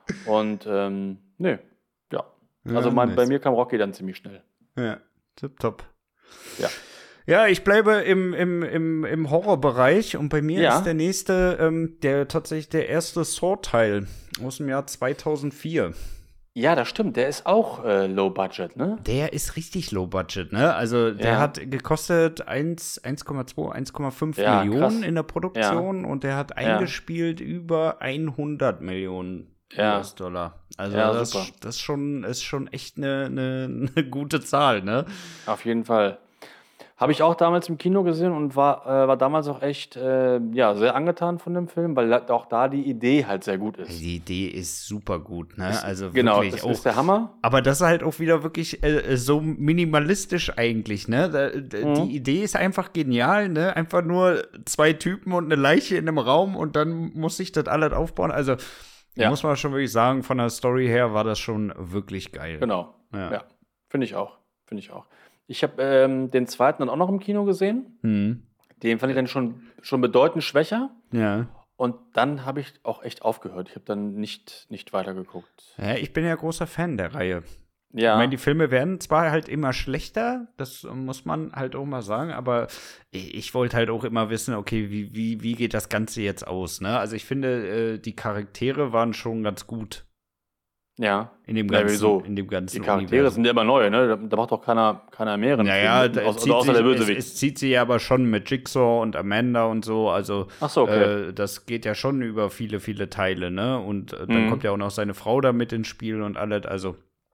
Speaker 3: Und, nö, ja. Also bei mir kam Rocky dann ziemlich schnell.
Speaker 2: Ja, tipptopp.
Speaker 3: Ja.
Speaker 2: Ja, ich bleibe im Horrorbereich und bei mir ist der nächste, tatsächlich der erste Saw-Teil aus dem Jahr 2004.
Speaker 3: Ja, das stimmt. Der ist auch low budget, ne?
Speaker 2: Der ist richtig low budget, ne? Also der hat gekostet 1,2, 1,5 Millionen in der Produktion und der hat eingespielt über 100 Millionen US-Dollar. Also das ist schon echt eine gute Zahl, ne?
Speaker 3: Auf jeden Fall. Habe ich auch damals im Kino gesehen und war damals auch echt sehr angetan von dem Film, weil auch da die Idee halt sehr gut ist.
Speaker 2: Die Idee ist super gut, ne? Also
Speaker 3: genau,
Speaker 2: wirklich
Speaker 3: das ist der Hammer.
Speaker 2: Aber das ist halt auch wieder wirklich so minimalistisch eigentlich, ne? Die Idee ist einfach genial, ne? Einfach nur 2 Typen und eine Leiche in einem Raum und dann muss sich das alles aufbauen. Also muss man schon wirklich sagen, von der Story her war das schon wirklich geil.
Speaker 3: Genau, ja. Finde ich auch. Ich habe den zweiten dann auch noch im Kino gesehen. Den fand ich dann schon bedeutend schwächer.
Speaker 2: Ja.
Speaker 3: Und dann habe ich auch echt aufgehört. Ich habe dann nicht weitergeguckt.
Speaker 2: Ja, ich bin ja großer Fan der Reihe.
Speaker 3: Ja.
Speaker 2: Ich meine, die Filme werden zwar halt immer schlechter, das muss man halt auch mal sagen, aber ich wollte halt auch immer wissen, okay, wie geht das Ganze jetzt aus, ne? Also ich finde, die Charaktere waren schon ganz gut.
Speaker 3: Ja.
Speaker 2: In dem ganzen
Speaker 3: Die Charaktere Universum sind ja immer neu, ne? Da macht doch keiner mehreren
Speaker 2: Filme, außer der Bösewicht. Es zieht sich ja aber schon mit Jigsaw und Amanda und so, also
Speaker 3: ach so, okay.
Speaker 2: Das geht ja schon über viele, viele Teile, ne? Und dann kommt ja auch noch seine Frau da mit ins Spiel und alles, also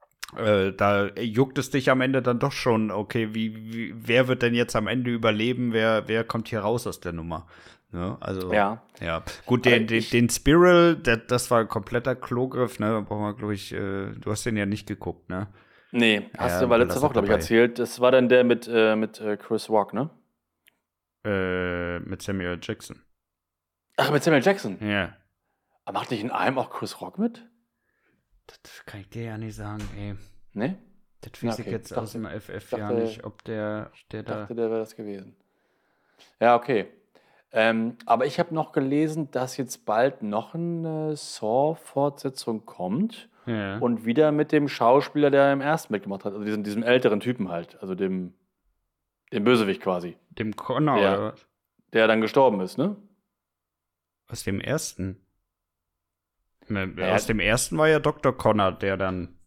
Speaker 2: da juckt es dich am Ende dann doch schon, okay, wer wird denn jetzt am Ende überleben, wer kommt hier raus aus der Nummer? Ja, also, ja. Gut, den Spiral, das war ein kompletter Klogriff, ne? Brauchen wir, glaube ich, du hast den ja nicht geguckt, ne?
Speaker 3: Nee, hast du aber letzte Woche, glaube ich, erzählt. Das war dann der mit Chris Rock, ne?
Speaker 2: Mit Samuel Jackson.
Speaker 3: Ach, mit Samuel Jackson?
Speaker 2: Ja.
Speaker 3: Aber macht nicht in einem auch Chris Rock mit?
Speaker 2: Das kann ich dir ja nicht sagen, ey.
Speaker 3: Ne?
Speaker 2: Das weiß ich jetzt aus dem FF ja nicht, ob der da.
Speaker 3: Ich dachte, der wäre das gewesen. Ja, okay. Aber ich habe noch gelesen, dass jetzt bald noch eine Saw-Fortsetzung kommt.
Speaker 2: Ja.
Speaker 3: Und wieder mit dem Schauspieler, der im ersten mitgemacht hat. Also diesem älteren Typen halt. Also dem Bösewicht quasi.
Speaker 2: Dem Connor, oder was?
Speaker 3: Der dann gestorben ist, ne?
Speaker 2: Aus dem ersten? Aus dem ersten war ja Dr. Connor, der dann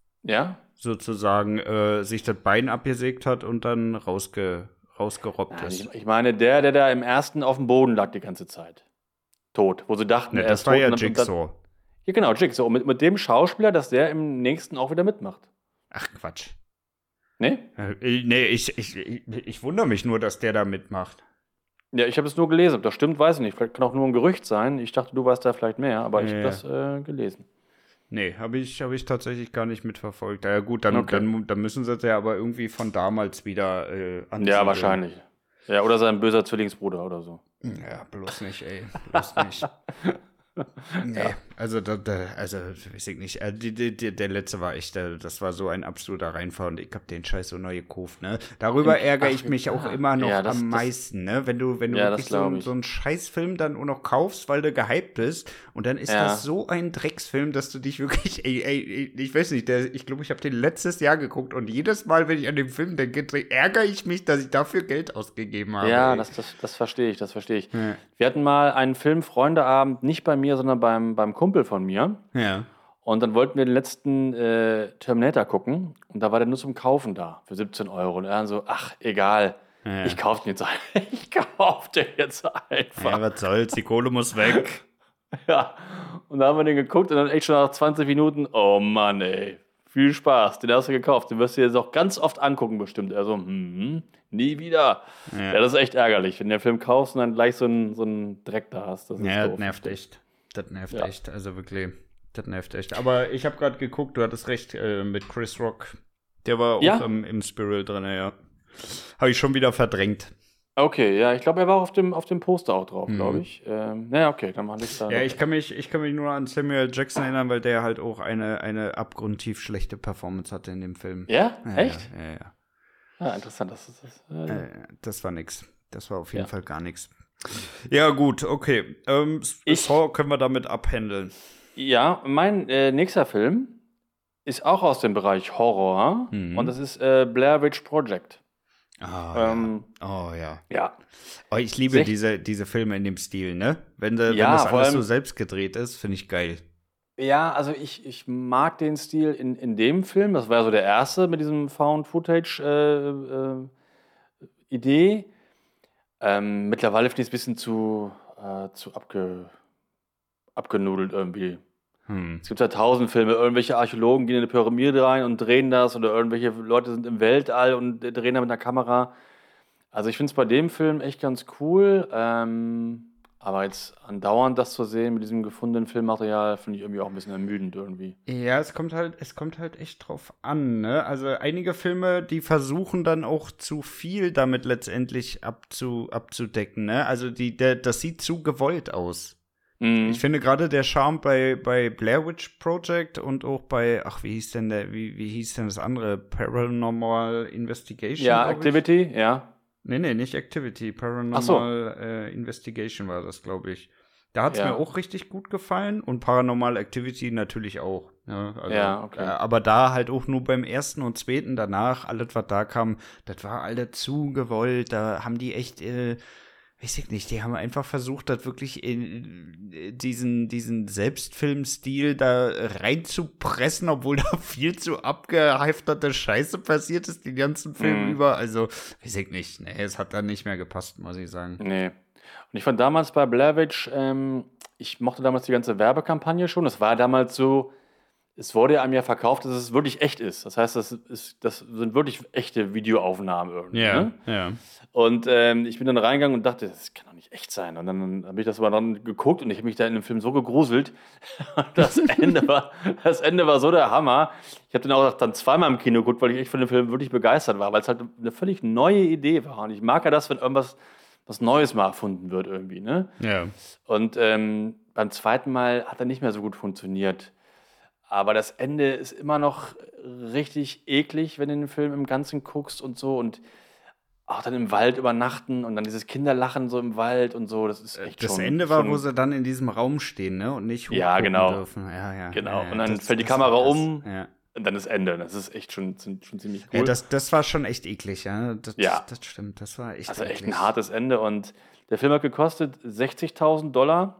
Speaker 2: sozusagen sich das Bein abgesägt hat und dann rausgerobbt ist.
Speaker 3: Ich meine, der da im ersten auf dem Boden lag die ganze Zeit. Tot. Wo sie dachten, er ist tot.
Speaker 2: Das war ja Jigsaw.
Speaker 3: Ja, genau, Jigsaw. Und mit dem Schauspieler, dass der im nächsten auch wieder mitmacht.
Speaker 2: Ach, Quatsch.
Speaker 3: Nee?
Speaker 2: Nee, ich wundere mich nur, dass der da mitmacht.
Speaker 3: Ja, ich habe es nur gelesen. Ob das stimmt, weiß ich nicht. Vielleicht kann auch nur ein Gerücht sein. Ich dachte, du weißt da vielleicht mehr, aber ich habe das gelesen.
Speaker 2: Nee, habe ich tatsächlich gar nicht mitverfolgt. Ja gut, dann müssen sie es ja aber irgendwie von damals wieder ansehen.
Speaker 3: Ja, wahrscheinlich. Ja, oder sein böser Zwillingsbruder oder so.
Speaker 2: Ja, bloß nicht, ey. Bloß nicht. Nee, also weiß ich nicht. Der letzte war echt, das war so ein absoluter Reinfall und ich hab den Scheiß so neu gekauft, ne? Darüber ärgere ich mich auch immer noch am meisten, ne? Wenn du wirklich so einen Scheißfilm dann auch noch kaufst, weil du gehypt bist und dann ist das so ein Drecksfilm, dass du dich wirklich, ich weiß nicht, ich glaube, ich habe den letztes Jahr geguckt und jedes Mal, wenn ich an den Film denke, ärgere ich mich, dass ich dafür Geld ausgegeben habe.
Speaker 3: Ja, das verstehe ich. Ja. Wir hatten mal einen Film-Freunde-Abend, nicht bei mir, sondern beim Kumpel von mir.
Speaker 2: Ja.
Speaker 3: Und dann wollten wir den letzten Terminator gucken. Und da war der nur zum Kaufen da für 17 €. Und er dann so, ach, egal. Ja. Ich kauf den jetzt einfach.
Speaker 2: Ja, was soll's, die Kohle muss weg.
Speaker 3: Ja. Und da haben wir den geguckt und dann echt schon nach 20 Minuten, oh Mann, ey. Viel Spaß, den hast du gekauft. Den wirst du jetzt auch ganz oft angucken bestimmt. Er so, nie wieder. Ja, das ist echt ärgerlich, wenn du den Film kaufst und dann gleich so einen Dreck da hast. Das ist doof.
Speaker 2: Das nervt echt. Das nervt echt, also wirklich, das nervt echt. Aber ich habe gerade geguckt, du hattest recht, mit Chris Rock. Der war auch im Spiral drin, ja. Habe ich schon wieder verdrängt.
Speaker 3: Okay, ja, ich glaube, er war auch auf dem Poster auch drauf, glaube ich. Okay, dann mache ich da.
Speaker 2: Ja, ich kann mich nur an Samuel Jackson erinnern, weil der halt auch eine abgrundtief schlechte Performance hatte in dem Film.
Speaker 3: Ja? Echt?
Speaker 2: Ja.
Speaker 3: Ah, interessant,
Speaker 2: das war nix. Das war auf jeden Fall gar nichts. Ja, gut, okay. Saw können wir damit abhandeln.
Speaker 3: Ja, mein nächster Film ist auch aus dem Bereich Horror und das ist Blair Witch Project.
Speaker 2: Oh ja.
Speaker 3: Ja.
Speaker 2: Oh, ich liebe diese Filme in dem Stil, ne? Wenn das alles so selbst gedreht ist, finde ich geil.
Speaker 3: Ja, also ich mag den Stil in dem Film. Das war ja so der erste mit diesem Found-Footage-Idee. Mittlerweile finde ich es ein bisschen zu abgenudelt irgendwie. Es gibt ja 1000 Filme, irgendwelche Archäologen gehen in eine Pyramide rein und drehen das oder irgendwelche Leute sind im Weltall und drehen da mit einer Kamera. Also ich finde es bei dem Film echt ganz cool, aber jetzt andauernd das zu sehen mit diesem gefundenen Filmmaterial, finde ich irgendwie auch ein bisschen ermüdend irgendwie.
Speaker 2: Ja, es kommt halt echt drauf an, ne? Also einige Filme, die versuchen dann auch zu viel damit letztendlich abzudecken, ne? Also das sieht zu gewollt aus. Ich finde gerade der Charme bei Blair Witch Project und auch bei, wie hieß denn das andere? Paranormal Investigation?
Speaker 3: Ja, Activity, ja.
Speaker 2: Nee, nicht Activity. Paranormal Investigation war das, glaube ich. Da hat es mir auch richtig gut gefallen und Paranormal Activity natürlich auch. Ja, also,
Speaker 3: okay.
Speaker 2: Aber da halt auch nur beim ersten und zweiten, danach, alles, was da kam, das war alles zu gewollt. Da haben die echt weiß ich nicht, die haben einfach versucht, das wirklich in diesen Selbstfilmstil da reinzupressen, obwohl da viel zu abgehalfterte Scheiße passiert ist, den ganzen Film über. Also, weiß ich nicht, nee, es hat dann nicht mehr gepasst, muss ich sagen.
Speaker 3: Nee. Und ich fand damals bei Blair Witch, ich mochte damals die ganze Werbekampagne schon. Es war damals so, es wurde einem ja verkauft, dass es wirklich echt ist. Das heißt, das sind wirklich echte Videoaufnahmen irgendwie.
Speaker 2: Ja,
Speaker 3: ne?
Speaker 2: ja.
Speaker 3: Und ich bin dann reingegangen und dachte, das kann doch nicht echt sein. Und dann habe ich das aber dann geguckt und ich habe mich da in dem Film so gegruselt. Das Ende war so der Hammer. Ich habe den auch dann zweimal im Kino geguckt, weil ich echt von dem Film wirklich begeistert war, weil es halt eine völlig neue Idee war. Und ich mag ja das, wenn irgendwas was Neues mal erfunden wird irgendwie. Ne?
Speaker 2: Ja.
Speaker 3: Und beim zweiten Mal hat er nicht mehr so gut funktioniert. Aber das Ende ist immer noch richtig eklig, wenn du den Film im Ganzen guckst und so. Und auch dann im Wald übernachten und dann dieses Kinderlachen so im Wald und so. Das ist echt
Speaker 2: das
Speaker 3: schon...
Speaker 2: Ende war, wo sie dann in diesem Raum stehen, ne? Und nicht
Speaker 3: hochgucken
Speaker 2: dürfen. Ja.
Speaker 3: Genau.
Speaker 2: Ja,
Speaker 3: und dann fällt die Kamera um und dann ist Ende. Das ist echt schon ziemlich cool.
Speaker 2: Ja, das war schon echt eklig, ja. Das stimmt, das war echt
Speaker 3: also
Speaker 2: eklig.
Speaker 3: echt ein hartes Ende. Und der Film hat gekostet $60.000,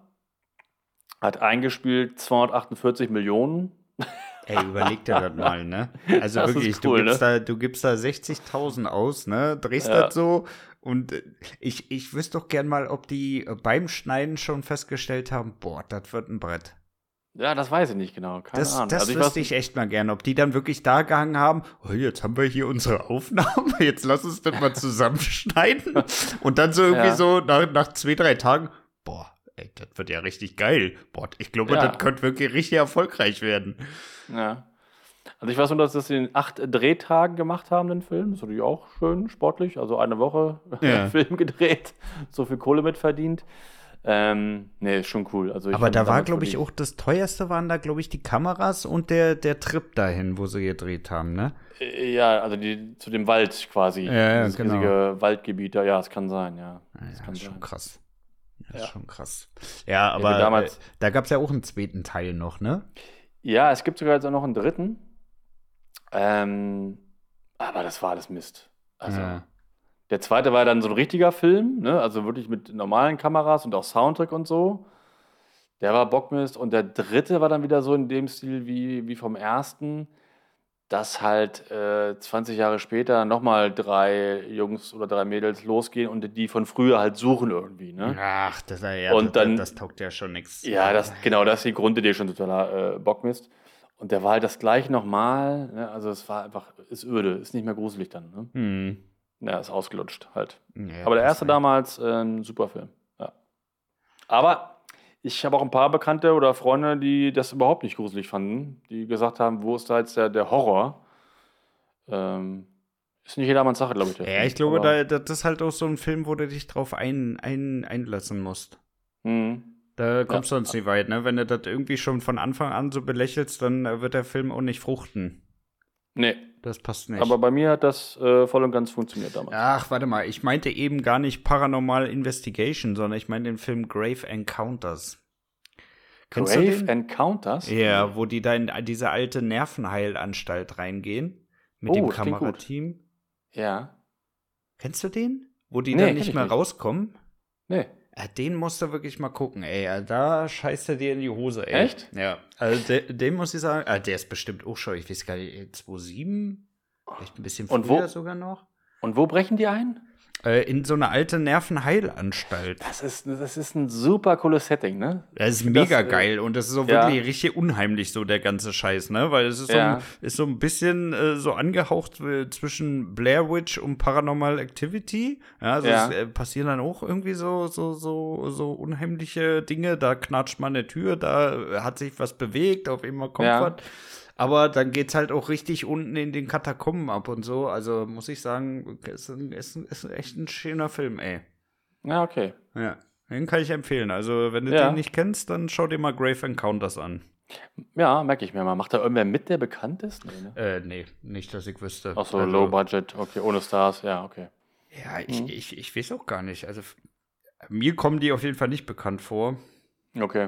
Speaker 3: hat eingespielt 248 Millionen.
Speaker 2: Ey, überleg dir das mal, ne? Also
Speaker 3: das
Speaker 2: wirklich,
Speaker 3: ist cool,
Speaker 2: du gibst da 60.000 aus, ne? Drehst das so und ich wüsste doch gern mal, ob die beim Schneiden schon festgestellt haben, boah, das wird ein Brett.
Speaker 3: Ja, das weiß ich nicht genau. Keine Ahnung.
Speaker 2: Das wüsste ich echt mal gern, ob die dann wirklich da gehangen haben, oh, jetzt haben wir hier unsere Aufnahme, jetzt lass uns das mal zusammenschneiden. Und dann so irgendwie so nach 2-3 Tagen, boah, ey, das wird ja richtig geil. Boah, ich glaube, das könnte wirklich richtig erfolgreich werden.
Speaker 3: Ja. Also ich weiß nur, dass sie in 8 Drehtagen gemacht haben, den Film. Das ist natürlich auch schön sportlich. Also eine Woche Film gedreht, so viel Kohle mitverdient. Nee, ist schon cool. Also
Speaker 2: aber da war, glaube ich, auch das teuerste waren da, glaube ich, die Kameras und der Trip dahin, wo sie gedreht haben, ne?
Speaker 3: Ja, also zu dem Wald quasi.
Speaker 2: Ja,
Speaker 3: dieses
Speaker 2: genau.
Speaker 3: riesige Waldgebiet da. Ja, es kann sein, ja.
Speaker 2: Das ist schon krass. Das ist schon krass. Ja,
Speaker 3: Ja,
Speaker 2: aber
Speaker 3: damals-
Speaker 2: da gab es ja auch einen zweiten Teil noch, ne?
Speaker 3: Ja, es gibt sogar jetzt auch noch einen dritten. Aber das war alles Mist. Also, der zweite war dann so ein richtiger Film, ne? Also wirklich mit normalen Kameras und auch Soundtrack und so. Der war Bockmist. Und der dritte war dann wieder so in dem Stil wie vom ersten, dass halt 20 Jahre später nochmal 3 Jungs oder 3 Mädels losgehen und die von früher halt suchen irgendwie, ne?
Speaker 2: Ach, das taugt ja schon nichts.
Speaker 3: Ja, das ist die Grundidee schon totaler Bockmist. Und der war halt das gleiche nochmal, ne? Also es war einfach, ist öde, ist nicht mehr gruselig dann, ne? Ja, ist ausgelutscht halt.
Speaker 2: Ja,
Speaker 3: Aber der erste damals, super Film. Ja. Aber ich habe auch ein paar Bekannte oder Freunde, die das überhaupt nicht gruselig fanden, die gesagt haben, wo ist da jetzt der Horror? Ist nicht jedermanns Sache, glaube ich. Der
Speaker 2: Ja,
Speaker 3: Film.
Speaker 2: ich glaube,
Speaker 3: Aber-
Speaker 2: das ist halt auch so ein Film, wo du dich drauf einlassen musst. Da kommst du sonst nicht weit, ne? Wenn du das irgendwie schon von Anfang an so belächelst, dann wird der Film auch nicht fruchten.
Speaker 3: Nee,
Speaker 2: Das passt nicht.
Speaker 3: aber bei mir hat das voll und ganz funktioniert damals.
Speaker 2: Ach, warte mal, ich meinte eben gar nicht Paranormal Investigation, sondern ich meine den Film Grave Encounters. Kennst du
Speaker 3: Grave
Speaker 2: den?
Speaker 3: Encounters?
Speaker 2: Ja, wo die da in diese alte Nervenheilanstalt reingehen mit dem
Speaker 3: das klingt gut.
Speaker 2: Kamerateam.
Speaker 3: Ja.
Speaker 2: Kennst du den? Wo die
Speaker 3: Nee,
Speaker 2: dann
Speaker 3: kenn
Speaker 2: nicht
Speaker 3: ich
Speaker 2: mehr
Speaker 3: nicht.
Speaker 2: rauskommen?
Speaker 3: Nee.
Speaker 2: Ja, den musst du wirklich mal gucken, ey. Ja, da scheißt er dir in die Hose, ey.
Speaker 3: Echt?
Speaker 2: Ja. Also den muss ich sagen, der ist bestimmt auch schon, ich weiß gar nicht, 2007? Vielleicht ein bisschen
Speaker 3: Und
Speaker 2: früher
Speaker 3: wo?
Speaker 2: sogar noch.
Speaker 3: Und wo brechen die ein?
Speaker 2: In so eine alte Nervenheilanstalt.
Speaker 3: Das ist ein super cooles Setting, ne?
Speaker 2: Das ist
Speaker 3: Das,
Speaker 2: mega geil und das ist so
Speaker 3: ja.
Speaker 2: wirklich richtig unheimlich, so der ganze Scheiß, ne? Weil es ist,
Speaker 3: Ja.
Speaker 2: ist so ein bisschen so angehaucht zwischen Blair Witch und Paranormal Activity. Ja, also
Speaker 3: Ja.
Speaker 2: es passieren dann auch irgendwie so unheimliche Dinge. Da knatscht man eine Tür, da hat sich was bewegt, auf einmal kommt
Speaker 3: Ja.
Speaker 2: was. Aber dann geht's halt auch richtig unten in den Katakomben ab und so. Also muss ich sagen, ist echt ein schöner Film, ey.
Speaker 3: Ja, okay.
Speaker 2: Ja, den kann ich empfehlen. Also, wenn du
Speaker 3: Ja.
Speaker 2: den nicht kennst, dann schau dir mal Grave Encounters an.
Speaker 3: Ja, merke ich mir mal. Macht da irgendwer mit, der bekannt ist? Nee, ne?
Speaker 2: Nee, nicht, dass ich wüsste.
Speaker 3: Ach so,
Speaker 2: Also,
Speaker 3: Low Budget, okay, ohne Stars, ja, okay.
Speaker 2: Ja, ich weiß auch gar nicht. Also, mir kommen die auf jeden Fall nicht bekannt vor.
Speaker 3: Okay.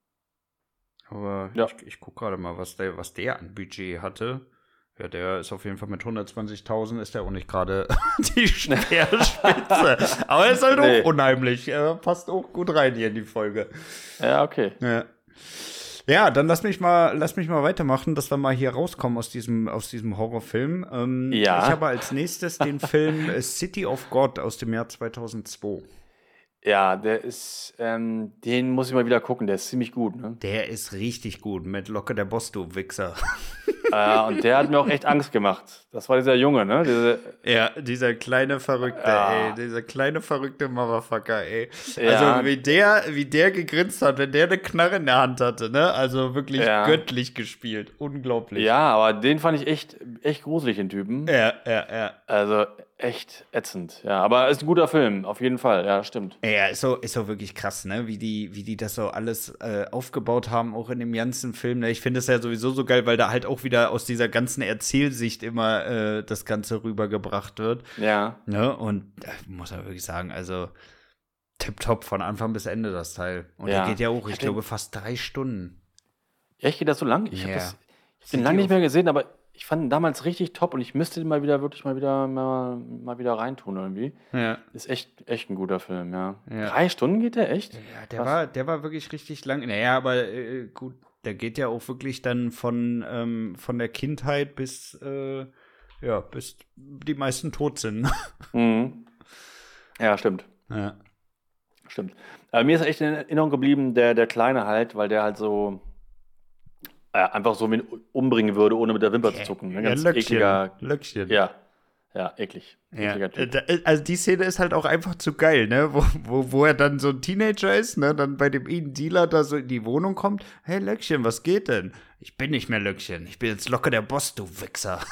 Speaker 2: Aber
Speaker 3: Ja.
Speaker 2: ich gucke gerade mal, was der an Budget hatte. Ja, der ist auf jeden Fall mit 120.000 ist der auch nicht gerade die Speerspitze. Aber er ist halt
Speaker 3: Nee.
Speaker 2: auch unheimlich. Er passt auch gut rein hier in die Folge.
Speaker 3: Ja, okay.
Speaker 2: Ja. Ja, dann lass mich mal weitermachen, dass wir mal hier rauskommen aus diesem Horrorfilm.
Speaker 3: Ja.
Speaker 2: Ich habe als nächstes den Film City of God aus dem Jahr 2002.
Speaker 3: Ja, der ist, den muss ich mal wieder gucken, der ist ziemlich gut, ne?
Speaker 2: Der ist richtig gut mit Locke der Boss, du Wichser.
Speaker 3: Und der hat mir auch echt Angst gemacht. Das war dieser Junge, ne?
Speaker 2: Ja, dieser kleine Verrückte, ey. Dieser kleine verrückte Motherfucker, ey.
Speaker 3: Ja.
Speaker 2: Also, wie der gegrinst hat, wenn der eine Knarre in der Hand hatte, ne? Also wirklich
Speaker 3: Ja.
Speaker 2: göttlich gespielt. Unglaublich.
Speaker 3: Ja, aber den fand ich echt gruselig, den Typen.
Speaker 2: Ja.
Speaker 3: Also echt ätzend. Ja, aber ist ein guter Film, auf jeden Fall. Ja, stimmt.
Speaker 2: Ja, ist so wirklich krass, ne? Wie die das so alles aufgebaut haben, auch in dem ganzen Film. Ne? Ich finde es ja sowieso so geil, weil da halt auch wieder aus dieser ganzen Erzählsicht immer das Ganze rübergebracht wird.
Speaker 3: Ja.
Speaker 2: Ne? Und muss man wirklich sagen, also tipptopp von Anfang bis Ende das Teil. Und
Speaker 3: Ja.
Speaker 2: der geht ja auch, ich
Speaker 3: Ja,
Speaker 2: glaube, fast 3 Stunden.
Speaker 3: Echt, geht das so lang? Ich
Speaker 2: Ja.
Speaker 3: hab den lange nicht mehr gesehen, aber ich fand ihn damals richtig top und ich müsste den mal wieder reintun irgendwie.
Speaker 2: Ja.
Speaker 3: Ist echt ein guter Film, ja.
Speaker 2: Ja.
Speaker 3: 3 Stunden geht der echt?
Speaker 2: Ja, der war wirklich richtig lang. Naja, aber gut, der geht ja auch wirklich dann von der Kindheit bis die meisten tot sind.
Speaker 3: Mhm. Ja, stimmt.
Speaker 2: Ja.
Speaker 3: Stimmt. Mir ist echt in Erinnerung geblieben, der Kleine halt, weil der halt so einfach so wen umbringen würde, ohne mit der Wimper zu zucken. Ne? Ganz ekliger.
Speaker 2: Löckchen.
Speaker 3: Ja, eklig.
Speaker 2: Ja.
Speaker 3: Ekliger Typ.
Speaker 2: Also die Szene ist halt auch einfach zu geil, ne? Wo er dann so ein Teenager ist, ne? Dann bei dem einen Dealer da so in die Wohnung kommt. Hey Löckchen, was geht denn? Ich bin nicht mehr Löckchen. Ich bin jetzt Locke der Boss, du Wichser.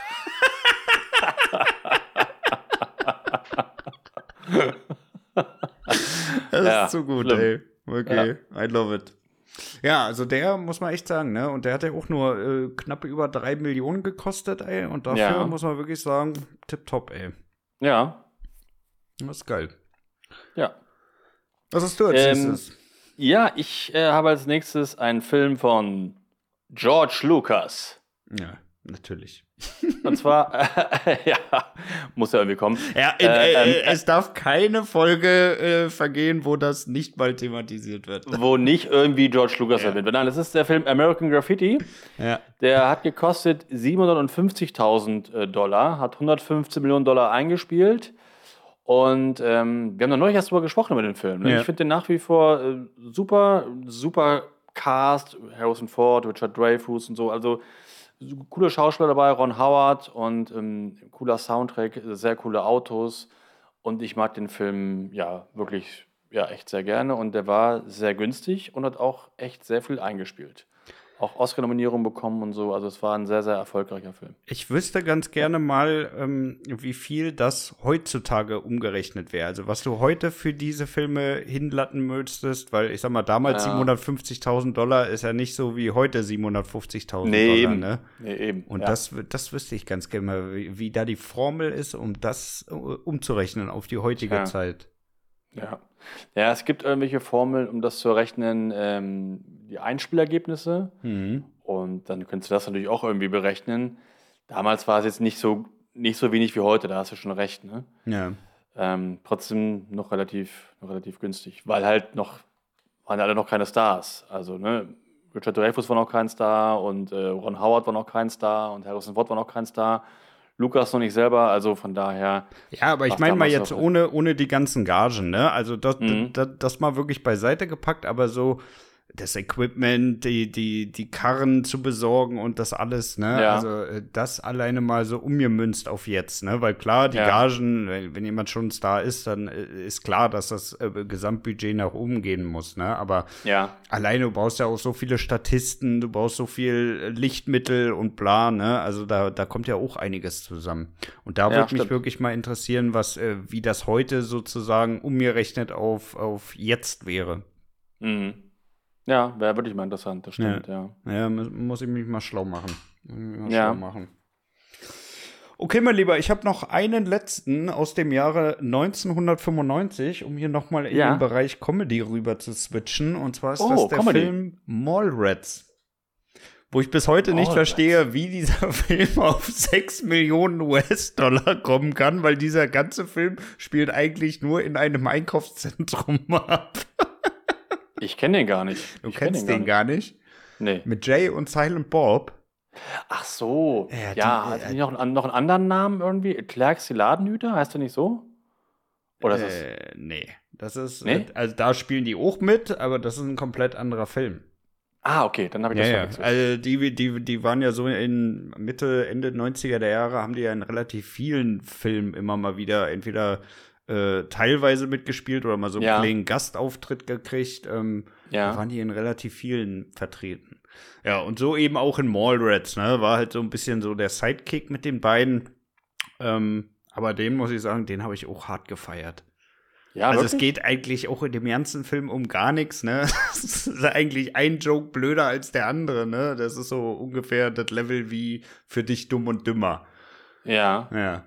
Speaker 2: Das
Speaker 3: Ja,
Speaker 2: ist so gut,
Speaker 3: schlimm.
Speaker 2: ey. Okay, I love it. Ja, also der muss man echt sagen, ne? Und der hat ja auch nur knapp über 3 Millionen gekostet, ey. Und dafür
Speaker 3: Ja.
Speaker 2: muss man wirklich sagen, tipptopp, ey.
Speaker 3: Ja,
Speaker 2: Das ist geil.
Speaker 3: ja.
Speaker 2: Was hast du als nächstes?
Speaker 3: Ja, ich habe als nächstes einen Film von George Lucas.
Speaker 2: Ja, natürlich.
Speaker 3: Und zwar, ja, muss ja irgendwie kommen.
Speaker 2: Ja, es darf keine Folge vergehen, wo das nicht mal thematisiert wird.
Speaker 3: Wo nicht irgendwie George Lucas erwähnt wird. Nein, das ist der Film American Graffiti.
Speaker 2: Ja.
Speaker 3: Der hat gekostet $750.000, hat 115 Millionen Dollar eingespielt. Und wir haben da neulich erst drüber gesprochen über den Film. Ne?
Speaker 2: Ja.
Speaker 3: Ich finde den nach wie vor super Cast. Harrison Ford, Richard Dreyfuss und so. Also coole Schauspieler dabei, Ron Howard und cooler Soundtrack, sehr coole Autos. Und ich mag den Film ja wirklich echt sehr gerne. Und der war sehr günstig und hat auch echt sehr viel eingespielt. Auch Oscar-Nominierungen bekommen und so. Also es war ein sehr, sehr erfolgreicher Film.
Speaker 2: Ich wüsste ganz gerne mal, wie viel das heutzutage umgerechnet wäre. Also was du heute für diese Filme hinlatten müsstest, weil ich sag mal, damals
Speaker 3: Ja.
Speaker 2: $750.000 ist ja nicht so wie heute $750.000,
Speaker 3: eben.
Speaker 2: ne?
Speaker 3: Nee, eben.
Speaker 2: Und
Speaker 3: ja.
Speaker 2: das wüsste ich ganz gerne mal, wie da die Formel ist, um das umzurechnen auf die heutige
Speaker 3: Ja.
Speaker 2: Zeit.
Speaker 3: Ja. Ja, es gibt irgendwelche Formeln, um das zu errechnen, die Einspielergebnisse. Und dann könntest du das natürlich auch irgendwie berechnen. Damals war es jetzt nicht so wenig wie heute, da hast du schon recht, ne?
Speaker 2: Ja.
Speaker 3: Trotzdem noch relativ günstig, weil waren alle noch keine Stars. Also, ne, Richard Dreyfuss war noch kein Star und Ron Howard war noch kein Star und Harrison Ford war noch kein Star. Lucas noch nicht selber, also von daher.
Speaker 2: Ja, aber ich meine mal jetzt ohne die ganzen Gagen, ne? Also das mal wirklich beiseite gepackt, aber so das Equipment, die Karren zu besorgen und das alles, ne?
Speaker 3: Ja.
Speaker 2: Also das alleine mal so umgemünzt auf jetzt, ne? Weil klar, die Gagen, wenn jemand schon ein Star ist, dann ist klar, dass das Gesamtbudget nach oben gehen muss, ne? Aber alleine, du brauchst ja auch so viele Statisten, du brauchst so viel Lichtmittel und bla, ne? Also da kommt ja auch einiges zusammen. Und da würde mich wirklich mal interessieren, wie das heute sozusagen umgerechnet auf jetzt wäre.
Speaker 3: Mhm. Ja, wäre wirklich mal interessant, das stimmt, ja.
Speaker 2: Ja, muss ich mich mal schlau machen. Okay, mein Lieber, ich habe noch einen letzten aus dem Jahre 1995, um hier nochmal in den Bereich Comedy rüber zu switchen. Und zwar ist das der
Speaker 3: Comedy.
Speaker 2: Film Mallrats. Wo ich bis heute nicht verstehe, wie dieser Film auf 6 Millionen US-Dollar kommen kann, weil dieser ganze Film spielt eigentlich nur in einem Einkaufszentrum ab.
Speaker 3: Ich kenne den gar nicht.
Speaker 2: Du kennst den gar nicht?
Speaker 3: Nee.
Speaker 2: Mit Jay und Silent Bob.
Speaker 3: Ach so. Hat die noch einen anderen Namen irgendwie? Clerks die Ladenhüter? Heißt der nicht so? Oder ist das?
Speaker 2: Nee. Das ist, also da spielen die auch mit, aber das ist ein komplett anderer Film.
Speaker 3: Ah, okay, dann habe ich das verwechselt.
Speaker 2: Also die waren ja so in Ende 90er der Jahre, haben die ja in relativ vielen Filmen immer mal wieder entweder teilweise mitgespielt oder mal so einen kleinen Gastauftritt gekriegt. Da waren die in relativ vielen vertreten. Ja, und so eben auch in Mallrats, ne? War halt so ein bisschen so der Sidekick mit den beiden. Aber den muss ich sagen, den habe ich auch hart gefeiert. Ja, also wirklich? Es geht eigentlich auch in dem ganzen Film um gar nichts, ne? Es ist eigentlich ein Joke blöder als der andere, ne? Das ist so ungefähr das Level wie für dich Dumm und Dümmer.
Speaker 3: Ja.
Speaker 2: Ja,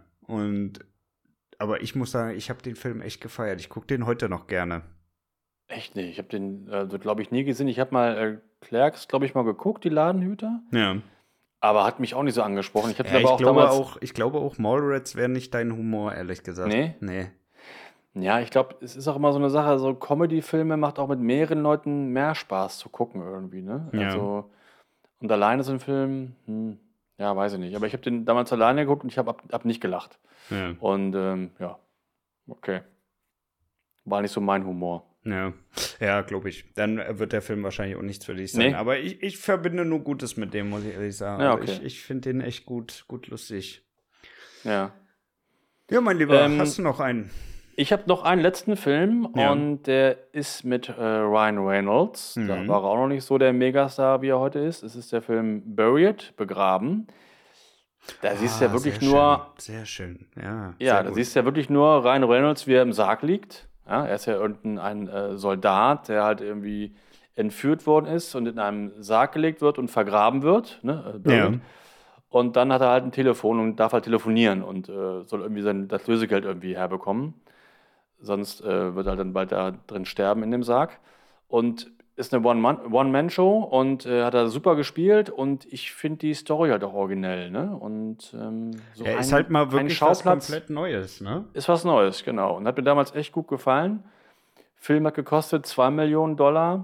Speaker 2: aber ich muss sagen, ich habe den Film echt gefeiert. Ich gucke den heute noch gerne.
Speaker 3: Echt nicht? Ich habe den, glaube ich, nie gesehen. Ich habe mal Clerks, glaube ich, mal geguckt, die Ladenhüter.
Speaker 2: Ja.
Speaker 3: Aber hat mich auch nicht so angesprochen. Ich
Speaker 2: glaube auch, Mallrats wäre nicht dein Humor, ehrlich gesagt.
Speaker 3: Nee. Ja, ich glaube, es ist auch immer so eine Sache, so Comedy-Filme macht auch mit mehreren Leuten mehr Spaß zu gucken irgendwie, ne?
Speaker 2: Ja.
Speaker 3: Also, und alleine so ein Film, weiß ich nicht. Aber ich habe den damals alleine geguckt und ich habe ab nicht gelacht.
Speaker 2: Ja.
Speaker 3: Und okay. War nicht so mein Humor.
Speaker 2: Ja, glaube ich. Dann wird der Film wahrscheinlich auch nichts für dich sein.
Speaker 3: Nee.
Speaker 2: Aber ich verbinde nur Gutes mit dem, muss ich ehrlich sagen.
Speaker 3: Ja, okay.
Speaker 2: Ich finde den echt gut lustig.
Speaker 3: Ja.
Speaker 2: Ja, mein Lieber, hast du noch einen?
Speaker 3: Ich habe noch einen letzten Film und der ist mit Ryan Reynolds. Da war er auch noch nicht so der Megastar, wie er heute ist. Es ist der Film Buried, begraben. Da siehst du ja wirklich nur.
Speaker 2: Sehr schön, ja.
Speaker 3: Ja, da siehst du ja wirklich nur Ryan Reynolds, wie er im Sarg liegt. Ja, er ist ja ein Soldat, der halt irgendwie entführt worden ist und in einem Sarg gelegt wird und vergraben wird. Ne?
Speaker 2: Ja.
Speaker 3: Und dann hat er halt ein Telefon und darf halt telefonieren und soll irgendwie das Lösegeld irgendwie herbekommen. Sonst wird er halt dann bald da drin sterben in dem Sarg. Und ist eine One-Man-Show und hat er super gespielt und ich finde die Story halt auch originell, ne? Und
Speaker 2: ist halt mal wirklich was komplett Neues, ne?
Speaker 3: Ist was Neues, genau. Und hat mir damals echt gut gefallen. Film hat gekostet $2 Millionen.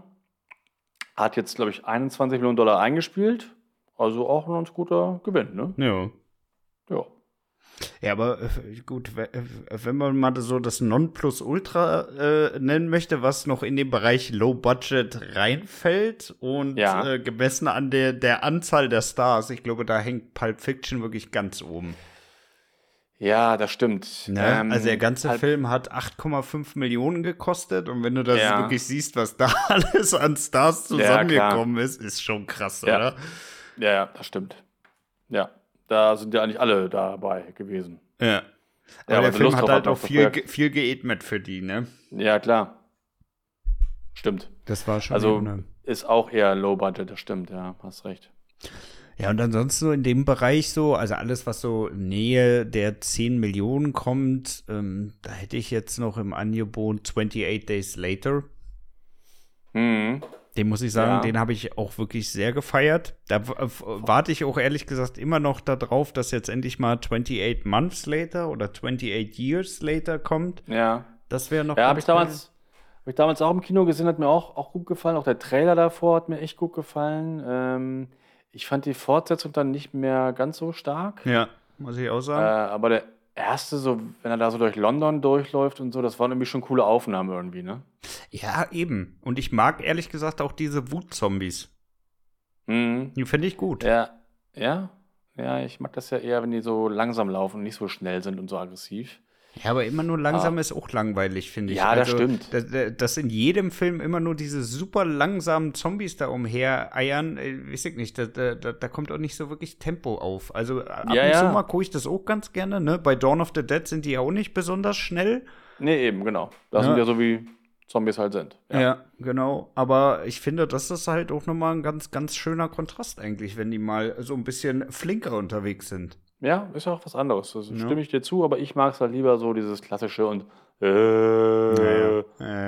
Speaker 3: Hat jetzt, glaube ich, $21 Millionen eingespielt. Also auch ein ganz guter Gewinn, ne?
Speaker 2: Ja. Ja, aber gut, wenn man mal so das Nonplusultra nennen möchte, was noch in den Bereich Low Budget reinfällt und gemessen an der Anzahl der Stars, ich glaube, da hängt Pulp Fiction wirklich ganz oben.
Speaker 3: Ja, das stimmt.
Speaker 2: Ne? Also der ganze Film hat 8,5 Millionen gekostet und wenn du das wirklich siehst, was da alles an Stars zusammengekommen ist schon krass, oder?
Speaker 3: Ja, das stimmt. Ja. Da sind ja eigentlich alle dabei gewesen.
Speaker 2: Ja. Aber der Film hat halt auch viel geebnet für die, ne?
Speaker 3: Ja, klar. Stimmt.
Speaker 2: Das war schon.
Speaker 3: Also ist auch eher Low Budget, das stimmt, ja, hast recht.
Speaker 2: Ja, und ansonsten so in dem Bereich so, also alles, was so in Nähe der 10 Millionen kommt, da hätte ich jetzt noch im Angebot 28 Days Later.
Speaker 3: Mhm.
Speaker 2: Den muss ich sagen, den habe ich auch wirklich sehr gefeiert. Da warte ich auch ehrlich gesagt immer noch darauf, dass jetzt endlich mal 28 Months Later oder 28 Years Later kommt.
Speaker 3: Ja.
Speaker 2: Das wäre noch
Speaker 3: habe ich damals auch im Kino gesehen, hat mir auch gut gefallen. Auch der Trailer davor hat mir echt gut gefallen. Ich fand die Fortsetzung dann nicht mehr ganz so stark.
Speaker 2: Ja, muss ich auch sagen.
Speaker 3: Aber der erste, so, wenn er da so durch London durchläuft und so, das waren irgendwie schon coole Aufnahmen irgendwie, ne?
Speaker 2: Ja, eben. Und ich mag ehrlich gesagt auch diese Wutzombies.
Speaker 3: Mhm.
Speaker 2: Die finde ich gut.
Speaker 3: Ja, ich mag das ja eher, wenn die so langsam laufen und nicht so schnell sind und so aggressiv.
Speaker 2: Ja, aber immer nur langsam ist auch langweilig, finde ich.
Speaker 3: Ja, das stimmt.
Speaker 2: Dass in jedem Film immer nur diese super langsamen Zombies da umhereiern, weiß ich nicht, da kommt auch nicht so wirklich Tempo auf. Also ab und zu mal gucke ich das auch ganz gerne, ne? Bei Dawn of the Dead sind die ja auch nicht besonders schnell.
Speaker 3: Nee, eben, genau. Das sind ja so wie Zombies halt sind.
Speaker 2: Ja, genau. Aber ich finde, das ist halt auch nochmal ein ganz, ganz schöner Kontrast eigentlich, wenn die mal so ein bisschen flinker unterwegs sind.
Speaker 3: Ja, ist auch was anderes. Das stimme ich dir zu, aber ich mag es halt lieber so dieses klassische und naja.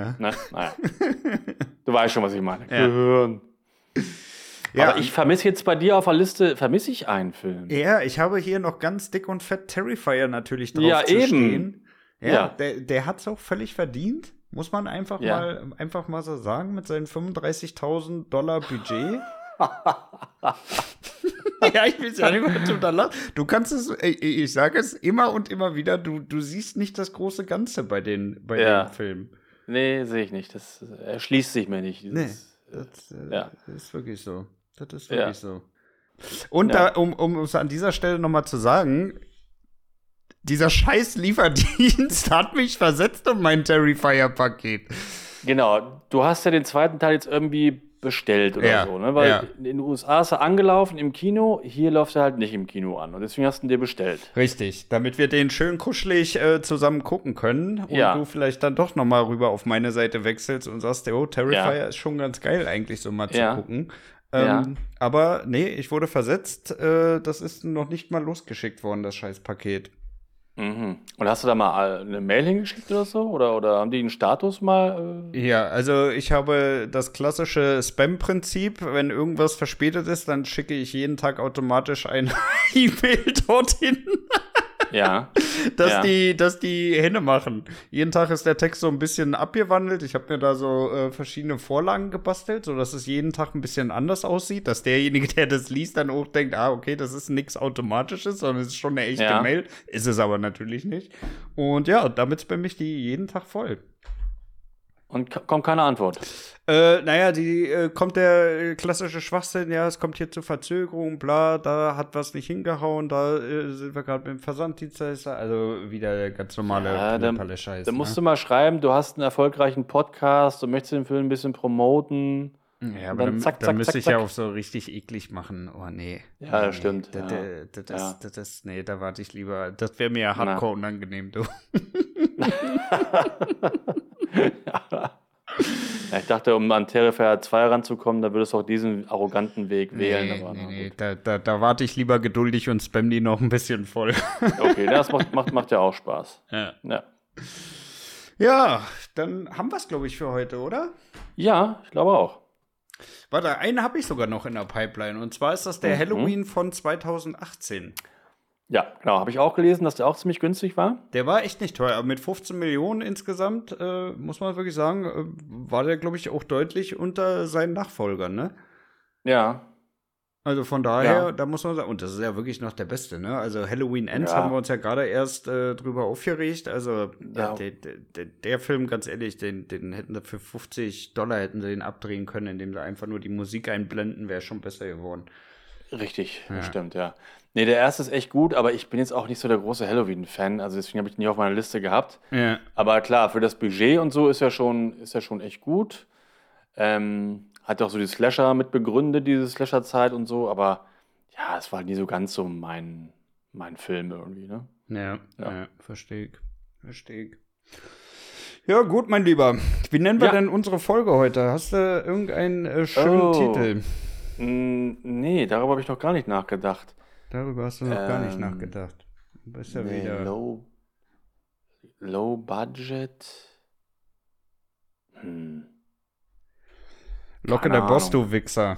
Speaker 3: Du weißt schon, was ich meine.
Speaker 2: Ja.
Speaker 3: Aber ich vermisse jetzt bei dir auf der Liste, einen Film.
Speaker 2: Ja, ich habe hier noch ganz dick und fett Terrifier natürlich drauf zu stehen. Ja, der hat es auch völlig muss man einfach mal so sagen, mit seinen $35.000 Budget. Ja, ich will es ja nicht mehr unterlassen. Du kannst es, ich sage es immer und immer wieder, du siehst nicht das große Ganze bei den Filmen.
Speaker 3: Nee, sehe ich nicht. Das erschließt sich mir nicht.
Speaker 2: Das ist wirklich so. Das ist wirklich so. Und um es an dieser Stelle nochmal zu sagen, dieser scheiß Lieferdienst hat mich versetzt um mein Terrifier-Paket.
Speaker 3: Genau, du hast ja den zweiten Teil jetzt irgendwie bestellt oder so, ne? Weil in den USA ist er angelaufen im Kino, hier läuft er halt nicht im Kino an und deswegen hast du ihn dir bestellt.
Speaker 2: Richtig, damit wir den schön kuschelig zusammen gucken können und du vielleicht dann doch nochmal rüber auf meine Seite wechselst und sagst, Terrifier ist schon ganz geil eigentlich so mal zu gucken. Aber nee, ich wurde versetzt, das ist noch nicht mal losgeschickt worden, das scheiß Paket.
Speaker 3: Mhm. Und hast du da mal eine Mail hingeschickt oder so? Oder haben die einen Status mal?
Speaker 2: Ja, also ich habe das klassische Spam-Prinzip. Wenn irgendwas verspätet ist, dann schicke ich jeden Tag automatisch eine E-Mail dorthin. Dass die Hände machen. Jeden Tag ist der Text so ein bisschen abgewandelt. Ich habe mir da so verschiedene Vorlagen gebastelt, sodass es jeden Tag ein bisschen anders aussieht, dass derjenige, der das liest, dann auch denkt, okay, das ist nichts Automatisches, sondern es ist schon eine echte Mail. Ist es aber natürlich nicht. Und damit spamme ich die jeden Tag voll.
Speaker 3: Und kommt keine Antwort?
Speaker 2: Kommt der klassische Schwachsinn, es kommt hier zu Verzögerung, bla, da hat was nicht hingehauen, da sind wir gerade mit dem Versanddienstleister, also wieder ganz normale Palle-Scheiße.
Speaker 3: Da musst du mal schreiben, du hast einen erfolgreichen Podcast, du möchtest den Film ein bisschen promoten.
Speaker 2: Ja, aber dann müsste ich ja auch so richtig eklig machen. Oh, nee.
Speaker 3: Ja, das stimmt.
Speaker 2: Da warte ich lieber. Das wäre mir hardcore unangenehm, du.
Speaker 3: Ich dachte, um an Terrifier 2 ranzukommen, da würdest du auch diesen arroganten Weg wählen.
Speaker 2: Nee, da warte ich lieber geduldig und spam die noch ein bisschen voll.
Speaker 3: Okay, das macht ja auch Spaß.
Speaker 2: Ja, dann haben wir es, glaube ich, für heute, oder?
Speaker 3: Ja, ich glaube auch.
Speaker 2: Warte, einen habe ich sogar noch in der Pipeline. Und zwar ist das der Halloween von 2018.
Speaker 3: Ja, genau. Habe ich auch gelesen, dass der auch ziemlich günstig war.
Speaker 2: Der war echt nicht teuer. Mit 15 Millionen insgesamt, muss man wirklich sagen, war der, glaube ich, auch deutlich unter seinen Nachfolgern, ne?
Speaker 3: Ja.
Speaker 2: Also von daher, da muss man sagen, und das ist ja wirklich noch der Beste, ne? Also Halloween Ends haben wir uns ja gerade erst drüber aufgeregt. Also der Film, ganz ehrlich, den hätten sie für $50 hätten sie den abdrehen können, indem sie einfach nur die Musik einblenden, wäre schon besser geworden.
Speaker 3: Richtig, das stimmt, ja. Nee, der erste ist echt gut, aber ich bin jetzt auch nicht so der große Halloween-Fan, also deswegen habe ich den nie auf meiner Liste gehabt. Ja. Aber klar, für das Budget und so ist er schon echt gut. Hat auch so die Slasher mit begründet, diese Slasher-Zeit und so, aber ja, es war halt nie so ganz so mein Film irgendwie, ne?
Speaker 2: Ja, verstehe ich. Ja, gut, mein Lieber. Wie nennen wir denn unsere Folge heute? Hast du irgendeinen schönen Titel?
Speaker 3: Nee, darüber habe ich noch gar nicht nachgedacht.
Speaker 2: Darüber hast du noch gar nicht nachgedacht. Du bist ja wieder.
Speaker 3: Low Budget.
Speaker 2: Locke der Boss, du Wichser.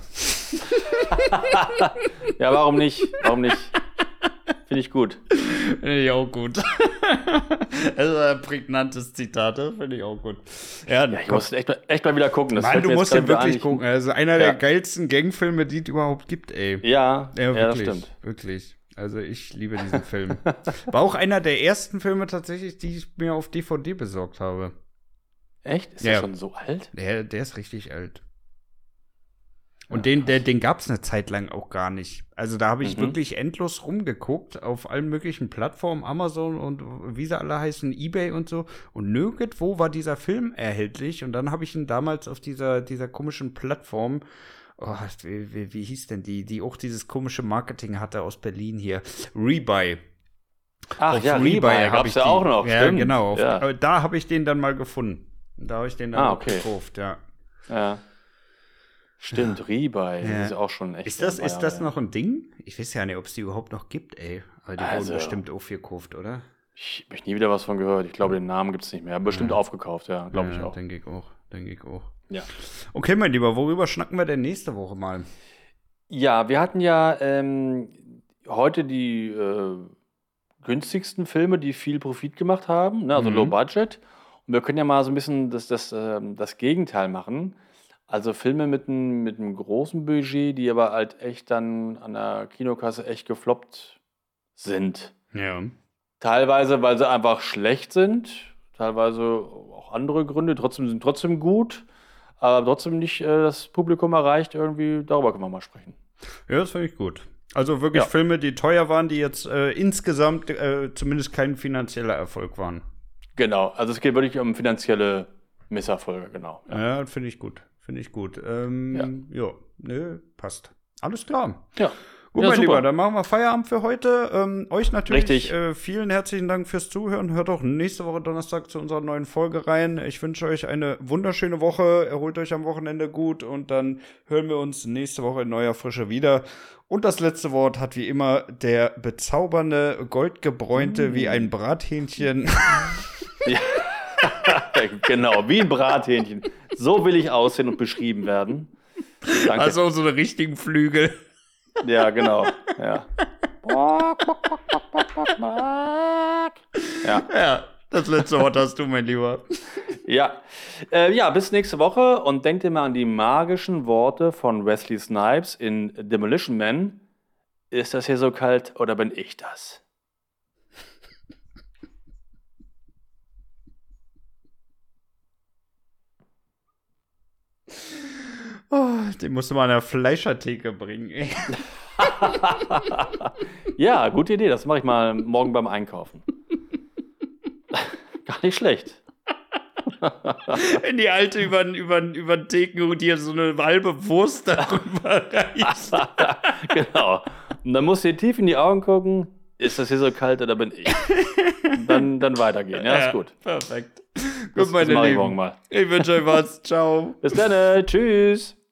Speaker 3: Ja, warum nicht? Finde ich gut.
Speaker 2: Finde ich auch gut. Das ist ein prägnantes Zitat, finde ich auch gut. Ja,
Speaker 3: ich muss echt mal wieder gucken.
Speaker 2: Nein, du musst ja wirklich gucken. Also einer der geilsten Gangfilme, die es überhaupt gibt, ey.
Speaker 3: Ja,
Speaker 2: wirklich,
Speaker 3: das stimmt.
Speaker 2: Wirklich. Also ich liebe diesen Film. War auch einer der ersten Filme tatsächlich, die ich mir auf DVD besorgt habe.
Speaker 3: Echt? Ist der schon so alt?
Speaker 2: Der ist richtig alt. Und den gab es eine Zeit lang auch gar nicht. Also da habe ich wirklich endlos rumgeguckt auf allen möglichen Plattformen, Amazon und wie sie alle heißen, eBay und so. Und nirgendwo war dieser Film erhältlich. Und dann habe ich ihn damals auf dieser komischen Plattform, wie hieß denn die auch dieses komische Marketing hatte aus Berlin hier, Rebuy.
Speaker 3: Ach ja, Rebuy gab es ja auch noch.
Speaker 2: Ja, stimmt. Genau. Da habe ich den dann mal gefunden. Da habe ich den dann gekauft, ja.
Speaker 3: Ja. Stimmt, Rebuy, das ist auch schon echt.
Speaker 2: Ist das noch ein Ding? Ich weiß ja nicht, ob es die überhaupt noch gibt, ey. Aber die wurden bestimmt auch gekauft, oder?
Speaker 3: Ich habe nie wieder was von gehört. Ich glaube, den Namen gibt es nicht mehr. Bestimmt aufgekauft, ja, glaube ich auch.
Speaker 2: Denke ich auch.
Speaker 3: Ja.
Speaker 2: Okay, mein Lieber, worüber schnacken wir denn nächste Woche mal?
Speaker 3: Ja, wir hatten ja heute die günstigsten Filme, die viel Profit gemacht haben, ne? Also Low Budget. Und wir können ja mal so ein bisschen das Gegenteil machen. Also Filme mit einem großen Budget, die aber halt echt dann an der Kinokasse echt gefloppt sind.
Speaker 2: Ja.
Speaker 3: Teilweise, weil sie einfach schlecht sind, teilweise auch andere Gründe, sind trotzdem gut, aber trotzdem nicht das Publikum erreicht irgendwie, darüber können wir mal sprechen.
Speaker 2: Ja, das finde ich gut. Also wirklich Filme, die teuer waren, die jetzt insgesamt zumindest kein finanzieller Erfolg waren.
Speaker 3: Genau, also es geht wirklich um finanzielle Misserfolge, genau.
Speaker 2: Ja, finde ich gut. Passt. Alles klar.
Speaker 3: Ja.
Speaker 2: Gut, mein Lieber, dann machen wir Feierabend für heute. Euch natürlich vielen herzlichen Dank fürs Zuhören. Hört auch nächste Woche Donnerstag zu unserer neuen Folge rein. Ich wünsche euch eine wunderschöne Woche. Erholt euch am Wochenende gut und dann hören wir uns nächste Woche in neuer Frische wieder. Und das letzte Wort hat wie immer der bezaubernde, goldgebräunte wie ein Brathähnchen.
Speaker 3: Ja. Genau, wie ein Brathähnchen. So will ich aussehen und beschrieben werden. Danke.
Speaker 2: Also so eine richtigen Flügel.
Speaker 3: Ja, genau. Ja.
Speaker 2: Ja, das letzte Wort hast du, mein Lieber.
Speaker 3: Ja. Bis nächste Woche und denkt immer an die magischen Worte von Wesley Snipes in Demolition Man. Ist das hier so kalt oder bin ich das?
Speaker 2: Den musst du mal an der Fleischertheke bringen, ey.
Speaker 3: Ja, gute Idee. Das mache ich mal morgen beim Einkaufen. Gar nicht schlecht.
Speaker 2: Wenn die Alte über den Theken und dir so eine halbe Wurst darüber reißt.
Speaker 3: Genau. Und dann musst du dir tief in die Augen gucken. Ist das hier so kalt oder bin ich? Dann weitergehen. Ja, ist gut.
Speaker 2: Perfekt.
Speaker 3: Gut, meine Lieben. Ich wünsche euch was. Ciao.
Speaker 2: Bis dann. Tschüss.